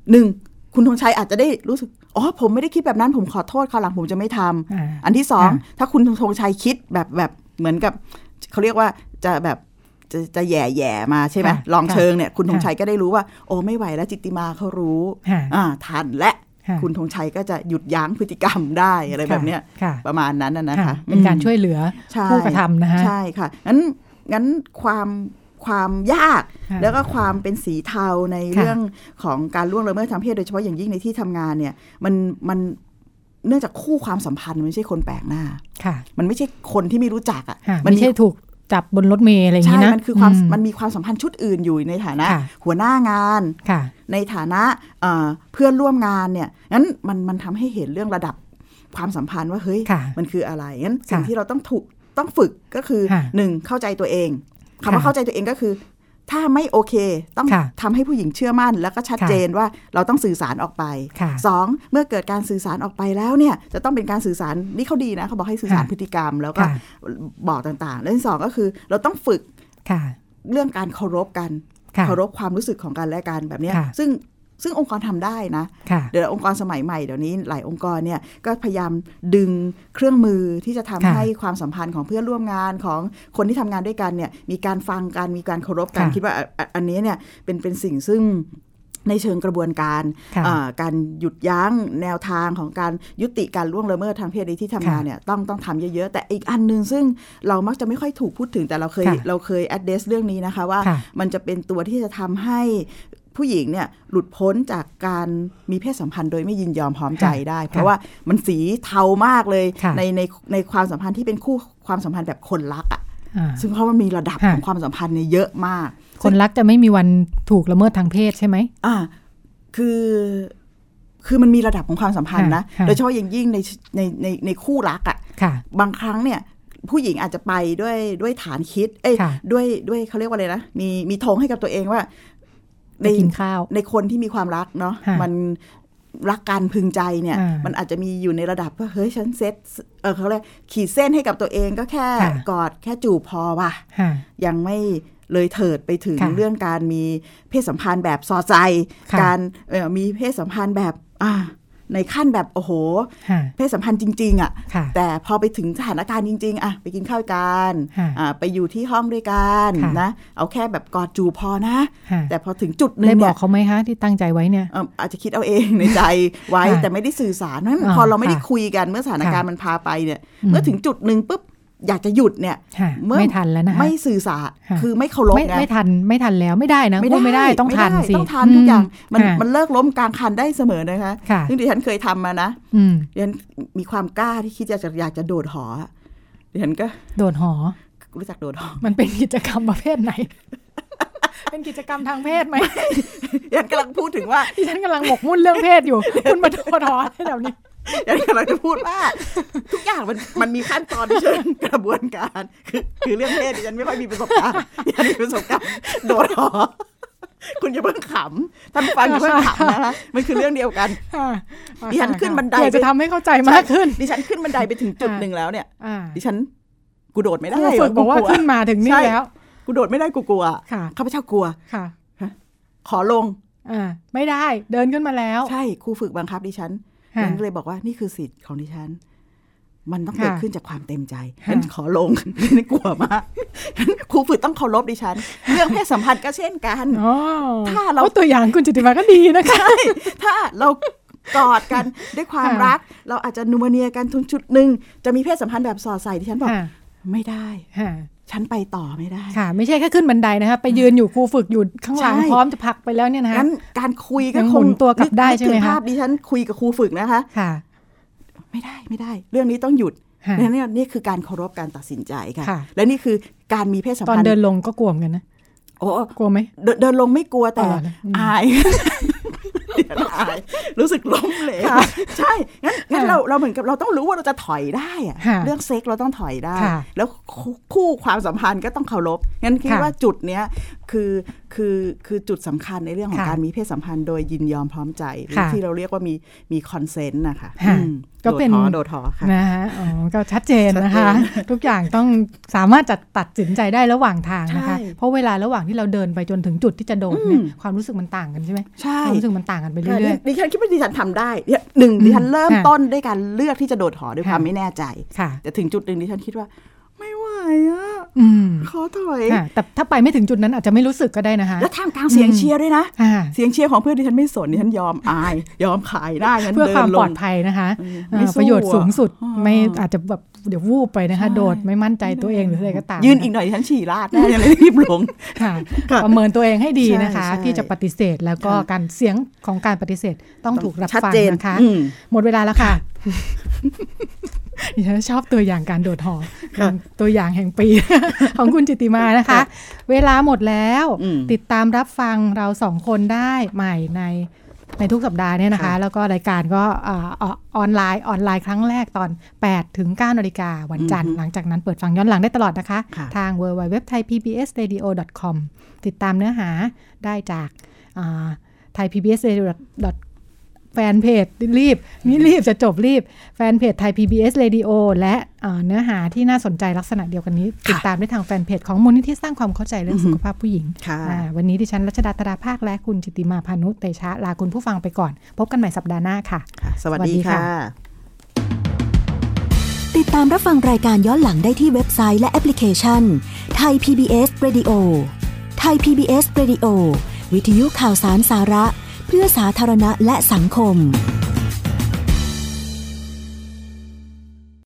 1คุณธงชัยอาจจะได้รู้สึกผมไม่ได้คิดแบบนั้นผมขอโทษคราวหลังผมจะไม่ทำอันที่2ถ้าคุณธงชัยคิดแบบเหมือนกับเขาเรียกว่าจะแบบจะแย่มาใช่ไหมลองเชิงเนี่ยคุณธงชัยก็ได้รู้ว่าไม่ไหวแล้วจิตติมาเขารู้ทันและคุณธงชัยก็จะหยุดยั้งพฤติกรรมได้อะไรแบบเนี้ยประมาณนั้นนะคะเป็นการช่วยเหลือผู้กระทำนะคะใช่ค่ะงั้นความยากแล้วก็ความเป็นสีเทาในเรื่องของการล่วงละเมิดทางเพศโดยเฉพาะอย่างยิ่งในที่ทำงานเนี่ยมันเนื่องจากคู่ความสัมพันธ์มันไม่ใช่คนแปลกหน้ามันไม่ใช่คนที่ไม่รู้จักอ่ะมันไม่ใช่ถูกจับบนรถเมล์อะไรอย่างนี้นะใช่มันคือมันมีความสัมพันธ์ชุดอื่นอยู่ในฐานะหัวหน้างานในฐานะเพื่อนร่วมงานเนี่ยงั้นมันทำให้เห็นเรื่องระดับความสัมพันธ์ว่าเฮ้ยมันคืออะไรงั้นสิ่งที่เราต้องฝึกก็คือ1เข้าใจตัวเองคำว่าเข้าใจตัวเองก็คือถ้าไม่โอเคต้องทำให้ผู้หญิงเชื่อมั่นแล้วก็ชัดเจนว่าเราต้องสื่อสารออกไป2เมื่อเกิดการสื่อสารออกไปแล้วเนี่ยจะต้องเป็นการสื่อสารนี่เขาดีนะเขาบอกให้สื่อสารพฤติกรรมแล้วก็บอกต่างๆและที่2ก็คือเราต้องฝึกเรื่องการเคารพกันเคารพความรู้สึกของกันและกันแบบนี้ซึ่งองค์กรทำได้นะเดี๋ยวองค์กรสมัยใหม่เดี๋ยวนี้หลายองค์กรเนี่ยก็พยายามดึงเครื่องมือที่จะทำให้ความสัมพันธ์ของเพื่อนร่วมงานของคนที่ทำงานด้วยกันเนี่ยมีการฟังกันมีการเคารพกันคิดว่าอันนี้เนี่ยเป็นสิ่งซึ่งในเชิงกระบวนการการหยุดยั้งแนวทางของการยุติการล่วงละเมิดทางเพศในที่ทำงานเนี่ยต้องทำเยอะๆแต่อีกอันนึงซึ่งเรามักจะไม่ค่อยถูกพูดถึงแต่เราเคย address เรื่องนี้นะคะว่ามันจะเป็นตัวที่จะทำให้ผู้หญิงเนี่ยหลุดพ้นจากการมีเพศสัมพันธ์โดยไม่ยินยอมพร้อมใจได้เพราะว่ามันสีเทามากเลยในความสัมพันธ์ที่เป็นคู่ความสัมพันธ์แบบคนรักอ่ะซึ่งเพราะมันมีระดับของความสัมพันธ์เนี่ยเยอะมากคนรักจะไม่มีวันถูกละเมิดทางเพศใช่ไหมคือมันมีระดับของความสัมพันธ์นะโดยเฉพาะอย่างยิ่งในคู่รักอ่ะบางครั้งเนี่ยผู้หญิงอาจจะไปด้วยฐานคิดด้วยเขาเรียกว่าอะไรนะมีธงให้กับตัวเองว่าในคนที่มีความรักเนาะมันรักกันพึงใจเนี่ยมันอาจจะมีอยู่ในระดับว่าเฮ้ยฉันเซตเขาเรียกขีดเส้นให้กับตัวเองก็แค่กอดแค่จูบพอว่ะยังไม่เลยเถิดไปถึงเรื่องการมีเพศสัมพันธ์แบบสอดใจการมีเพศสัมพันธ์แบบในขั้นแบบโอ้โหเพศสัมพันธ์จริงๆอ่ะแต่พอไปถึงสถานการณ์จริงๆอ่ะไปกินข้าวกันไปอยู่ที่ห้องด้วยกันนะเอาแค่แบบกอดจูบพอนะแต่พอถึงจุดนึงเนี่ยบอกเขาไหมคะที่ตั้งใจไว้เนี่ยอาจจะคิดเอาเองในใจไว้แต่ไม่ได้สื่อสารนั้นพอเราไม่ได้คุยกันเมื่อสถานการณ์มันพาไปเนี่ยเมื่อถึงจุดนึงปุ๊บอยากจะหยุดเนี่ยไม่ทันแล้วนะไม่สื่อสารคือไม่เคารพไงไม่ทันแล้วไม่ได้นะพูดไม่ได้ต้องทันสิต้องทันทุกอย่างมันเลิกล้มกลางคันได้เสมอนะคะซึ่งดิฉันเคยทำมานะดิฉันมีความกล้าที่คิดอยากจะโดดหอดิฉันก็โดดหอรู้จักโดดหอมันเป็นกิจกรรมประเภทไหนเป็นกิจกรรมทางเพศไหมดิฉันกำลังพูดถึงว่าดิฉันกำลังหมกมุ่นเรื่องเพศอยู่คุณมาโดดหอให้แบบนี้อย่างที่เราจะพูดว่าทุกอย่างมันมีขั้นตอนที่เชิงกระบวนการคือเรื่องเพศดิฉันไม่ค่อยมีประสบการณ์ดิฉันมีประสบการณ์โดดหอคุณอย่าเพิ่งขำท่านฟังอย่าเพิ่งขำนะคะมันคือเรื่องเดียวกันดิฉันขึ้นบันไดจะทำให้เข้าใจมากขึ้นดิฉันขึ้นบันไดไปถึงจุดนึงแล้วเนี่ยดิฉันกูโดดไม่ได้ฝึกบอกว่าขึ้นมาถึงนี่แล้วกูโดดไม่ได้กูกลัวข้าพเจ้ากลัวขอลงไม่ได้เดินขึ้นมาแล้วใช่ครูฝึกบังคับดิฉันฉันเลยบอกว่านี่คือสิทธิ์ของดิฉันมันต้องเกิดขึ้นจากความเต็มใจฉันขอลงนี่กลัวมากครูฝึกต้องเคารพดิฉันเรื่องเพศสัมพันธ์ก็เช่นกันถ้าเราตัวอย่างคุณจิตติมาก็ดีนะคะถ้าเรากอดกันด้วยความรักเราอาจจะนัวเนียกันทุกจุดนึงจะมีเพศสัมพันธ์แบบสอดใส่ดิฉันบอกไม่ได้ฉันไปต่อไม่ได้ค่ะไม่ใช่แค่ขึ้นบันไดนะคะไปยืนอยู่ครูฝึกอยู่ข้างหลังพร้อมจะผลักไปแล้วเนี่ยนะคะงั้นการคุยก็คงตัวกลับได้ใช่ไหมคะภาพดิฉันคุยกับครูฝึกนะคะค่ะไม่ได้เรื่องนี้ต้องหยุดนี่คือการเคารพการตัดสินใจค่ะและนี่คือการมีเพศสัมพันธ์ตอนเดินลงก็กลัวเหมือนกันนะโอ้กลัวไหมเดินลงไม่กลัวแต่อายรู้สึกล้มเหลวใช่งั้นเราเหมือนกับเราต้องรู้ว่าเราจะถอยได้อะเรื่องเซ็กเราต้องถอยได้แล้วคู่ความสัมพันธ์ก็ต้องเคารพงั้นคิดว่าจุดเนี้ยคือจุดสำคัญในเรื่องของการมีเพศสัมพันธ์โดยยินยอมพร้อมใจหรือที่เราเรียกว่ามีคอนเซนต์นะคะก็เป็นโดทอค่ะนะคะก็ชัดเจนนะคะทุกอย่างต้องสามารถจะตัดสินใจได้ระหว่างทางนะคะเพราะเวลาระหว่างที่เราเดินไปจนถึงจุดที่จะโดดเนี่ยความรู้สึกมันต่างกันใช่ไหมใช่ความรู้สึกมันต่างกันไปเรื่อยๆดิฉันคิดว่าดิฉันทำได้ดิฉันเริ่มต้นด้วยการเลือกที่จะโดดหอด้วยความไม่แน่ใจแต่ถึงจุดนึงดิฉันคิดว่าไม่ไหวอ่ะขอถอยแต่ถ้าไปไม่ถึงจุดนั้นอาจจะไม่รู้สึกก็ได้นะคะแล้วท่ามกลางเสียงเชียร์ด้วยนะเสียงเชียร์ของเพื่อนดิฉันไม่สนดิฉันยอมอายยอมขายได้เพื่อความปลอดภัยนะคะประโยชน์สูงสุดไม่อาจจะแบบเดี๋ยววูบไปนะคะโดดไม่มั่นใจตัวเองหรืออะไรก็ตามยืนอีกหน่อยดิฉันฉี่ราดแน่ยังรีบลงประเมินตัวเองให้ดีนะคะที่จะปฏิเสธแล้วก็การเสียงของการปฏิเสธต้องถูกรับฟังนะคะหมดเวลาแล้วค่ะดิฉันชอบตัวอย่างการโดดหอตัวอย่างแห่งปี ของคุณจิตติมานะคะเวลาหมดแล้วติดตามรับฟังเรา2คนได้ใหม่ในทุกสัปดาห์เนี่ยนะคะแล้วก็รายการก็ออนไลน์ครั้งแรกตอน 8 ถึง 9 นาฬิกาวันจันทร์หลังจากนั้นเปิดฟังย้อนหลังได้ตลอดนะคะทาง www.thaipbsradio.com ติดตามเนื้อหาได้จากthaipbsradio.comแฟนเพจรีบจะจบรีบแฟนเพจไทย PBS Radio และเนื้อหาที่น่าสนใจลักษณะเดียวกันนี้ติดตามได้ทางแฟนเพจของมูลนิธิสร้างความเข้าใจเรื่องสุขภาพผู้หญิงวันนี้ดิฉันรัชดาธราภาคและคุณจิตติมาพานุเตชะลาคุณผู้ฟังไปก่อนพบกันใหม่สัปดาห์หน้าค่ะสวัสดีค่ะติดตามรับฟังรายการย้อนหลังได้ที่เว็บไซต์และแอปพลิเคชันไทย PBS Radio ไทย PBS Radio วิทยุข่าวสารสาระเพื่อสาธารณะและสังคม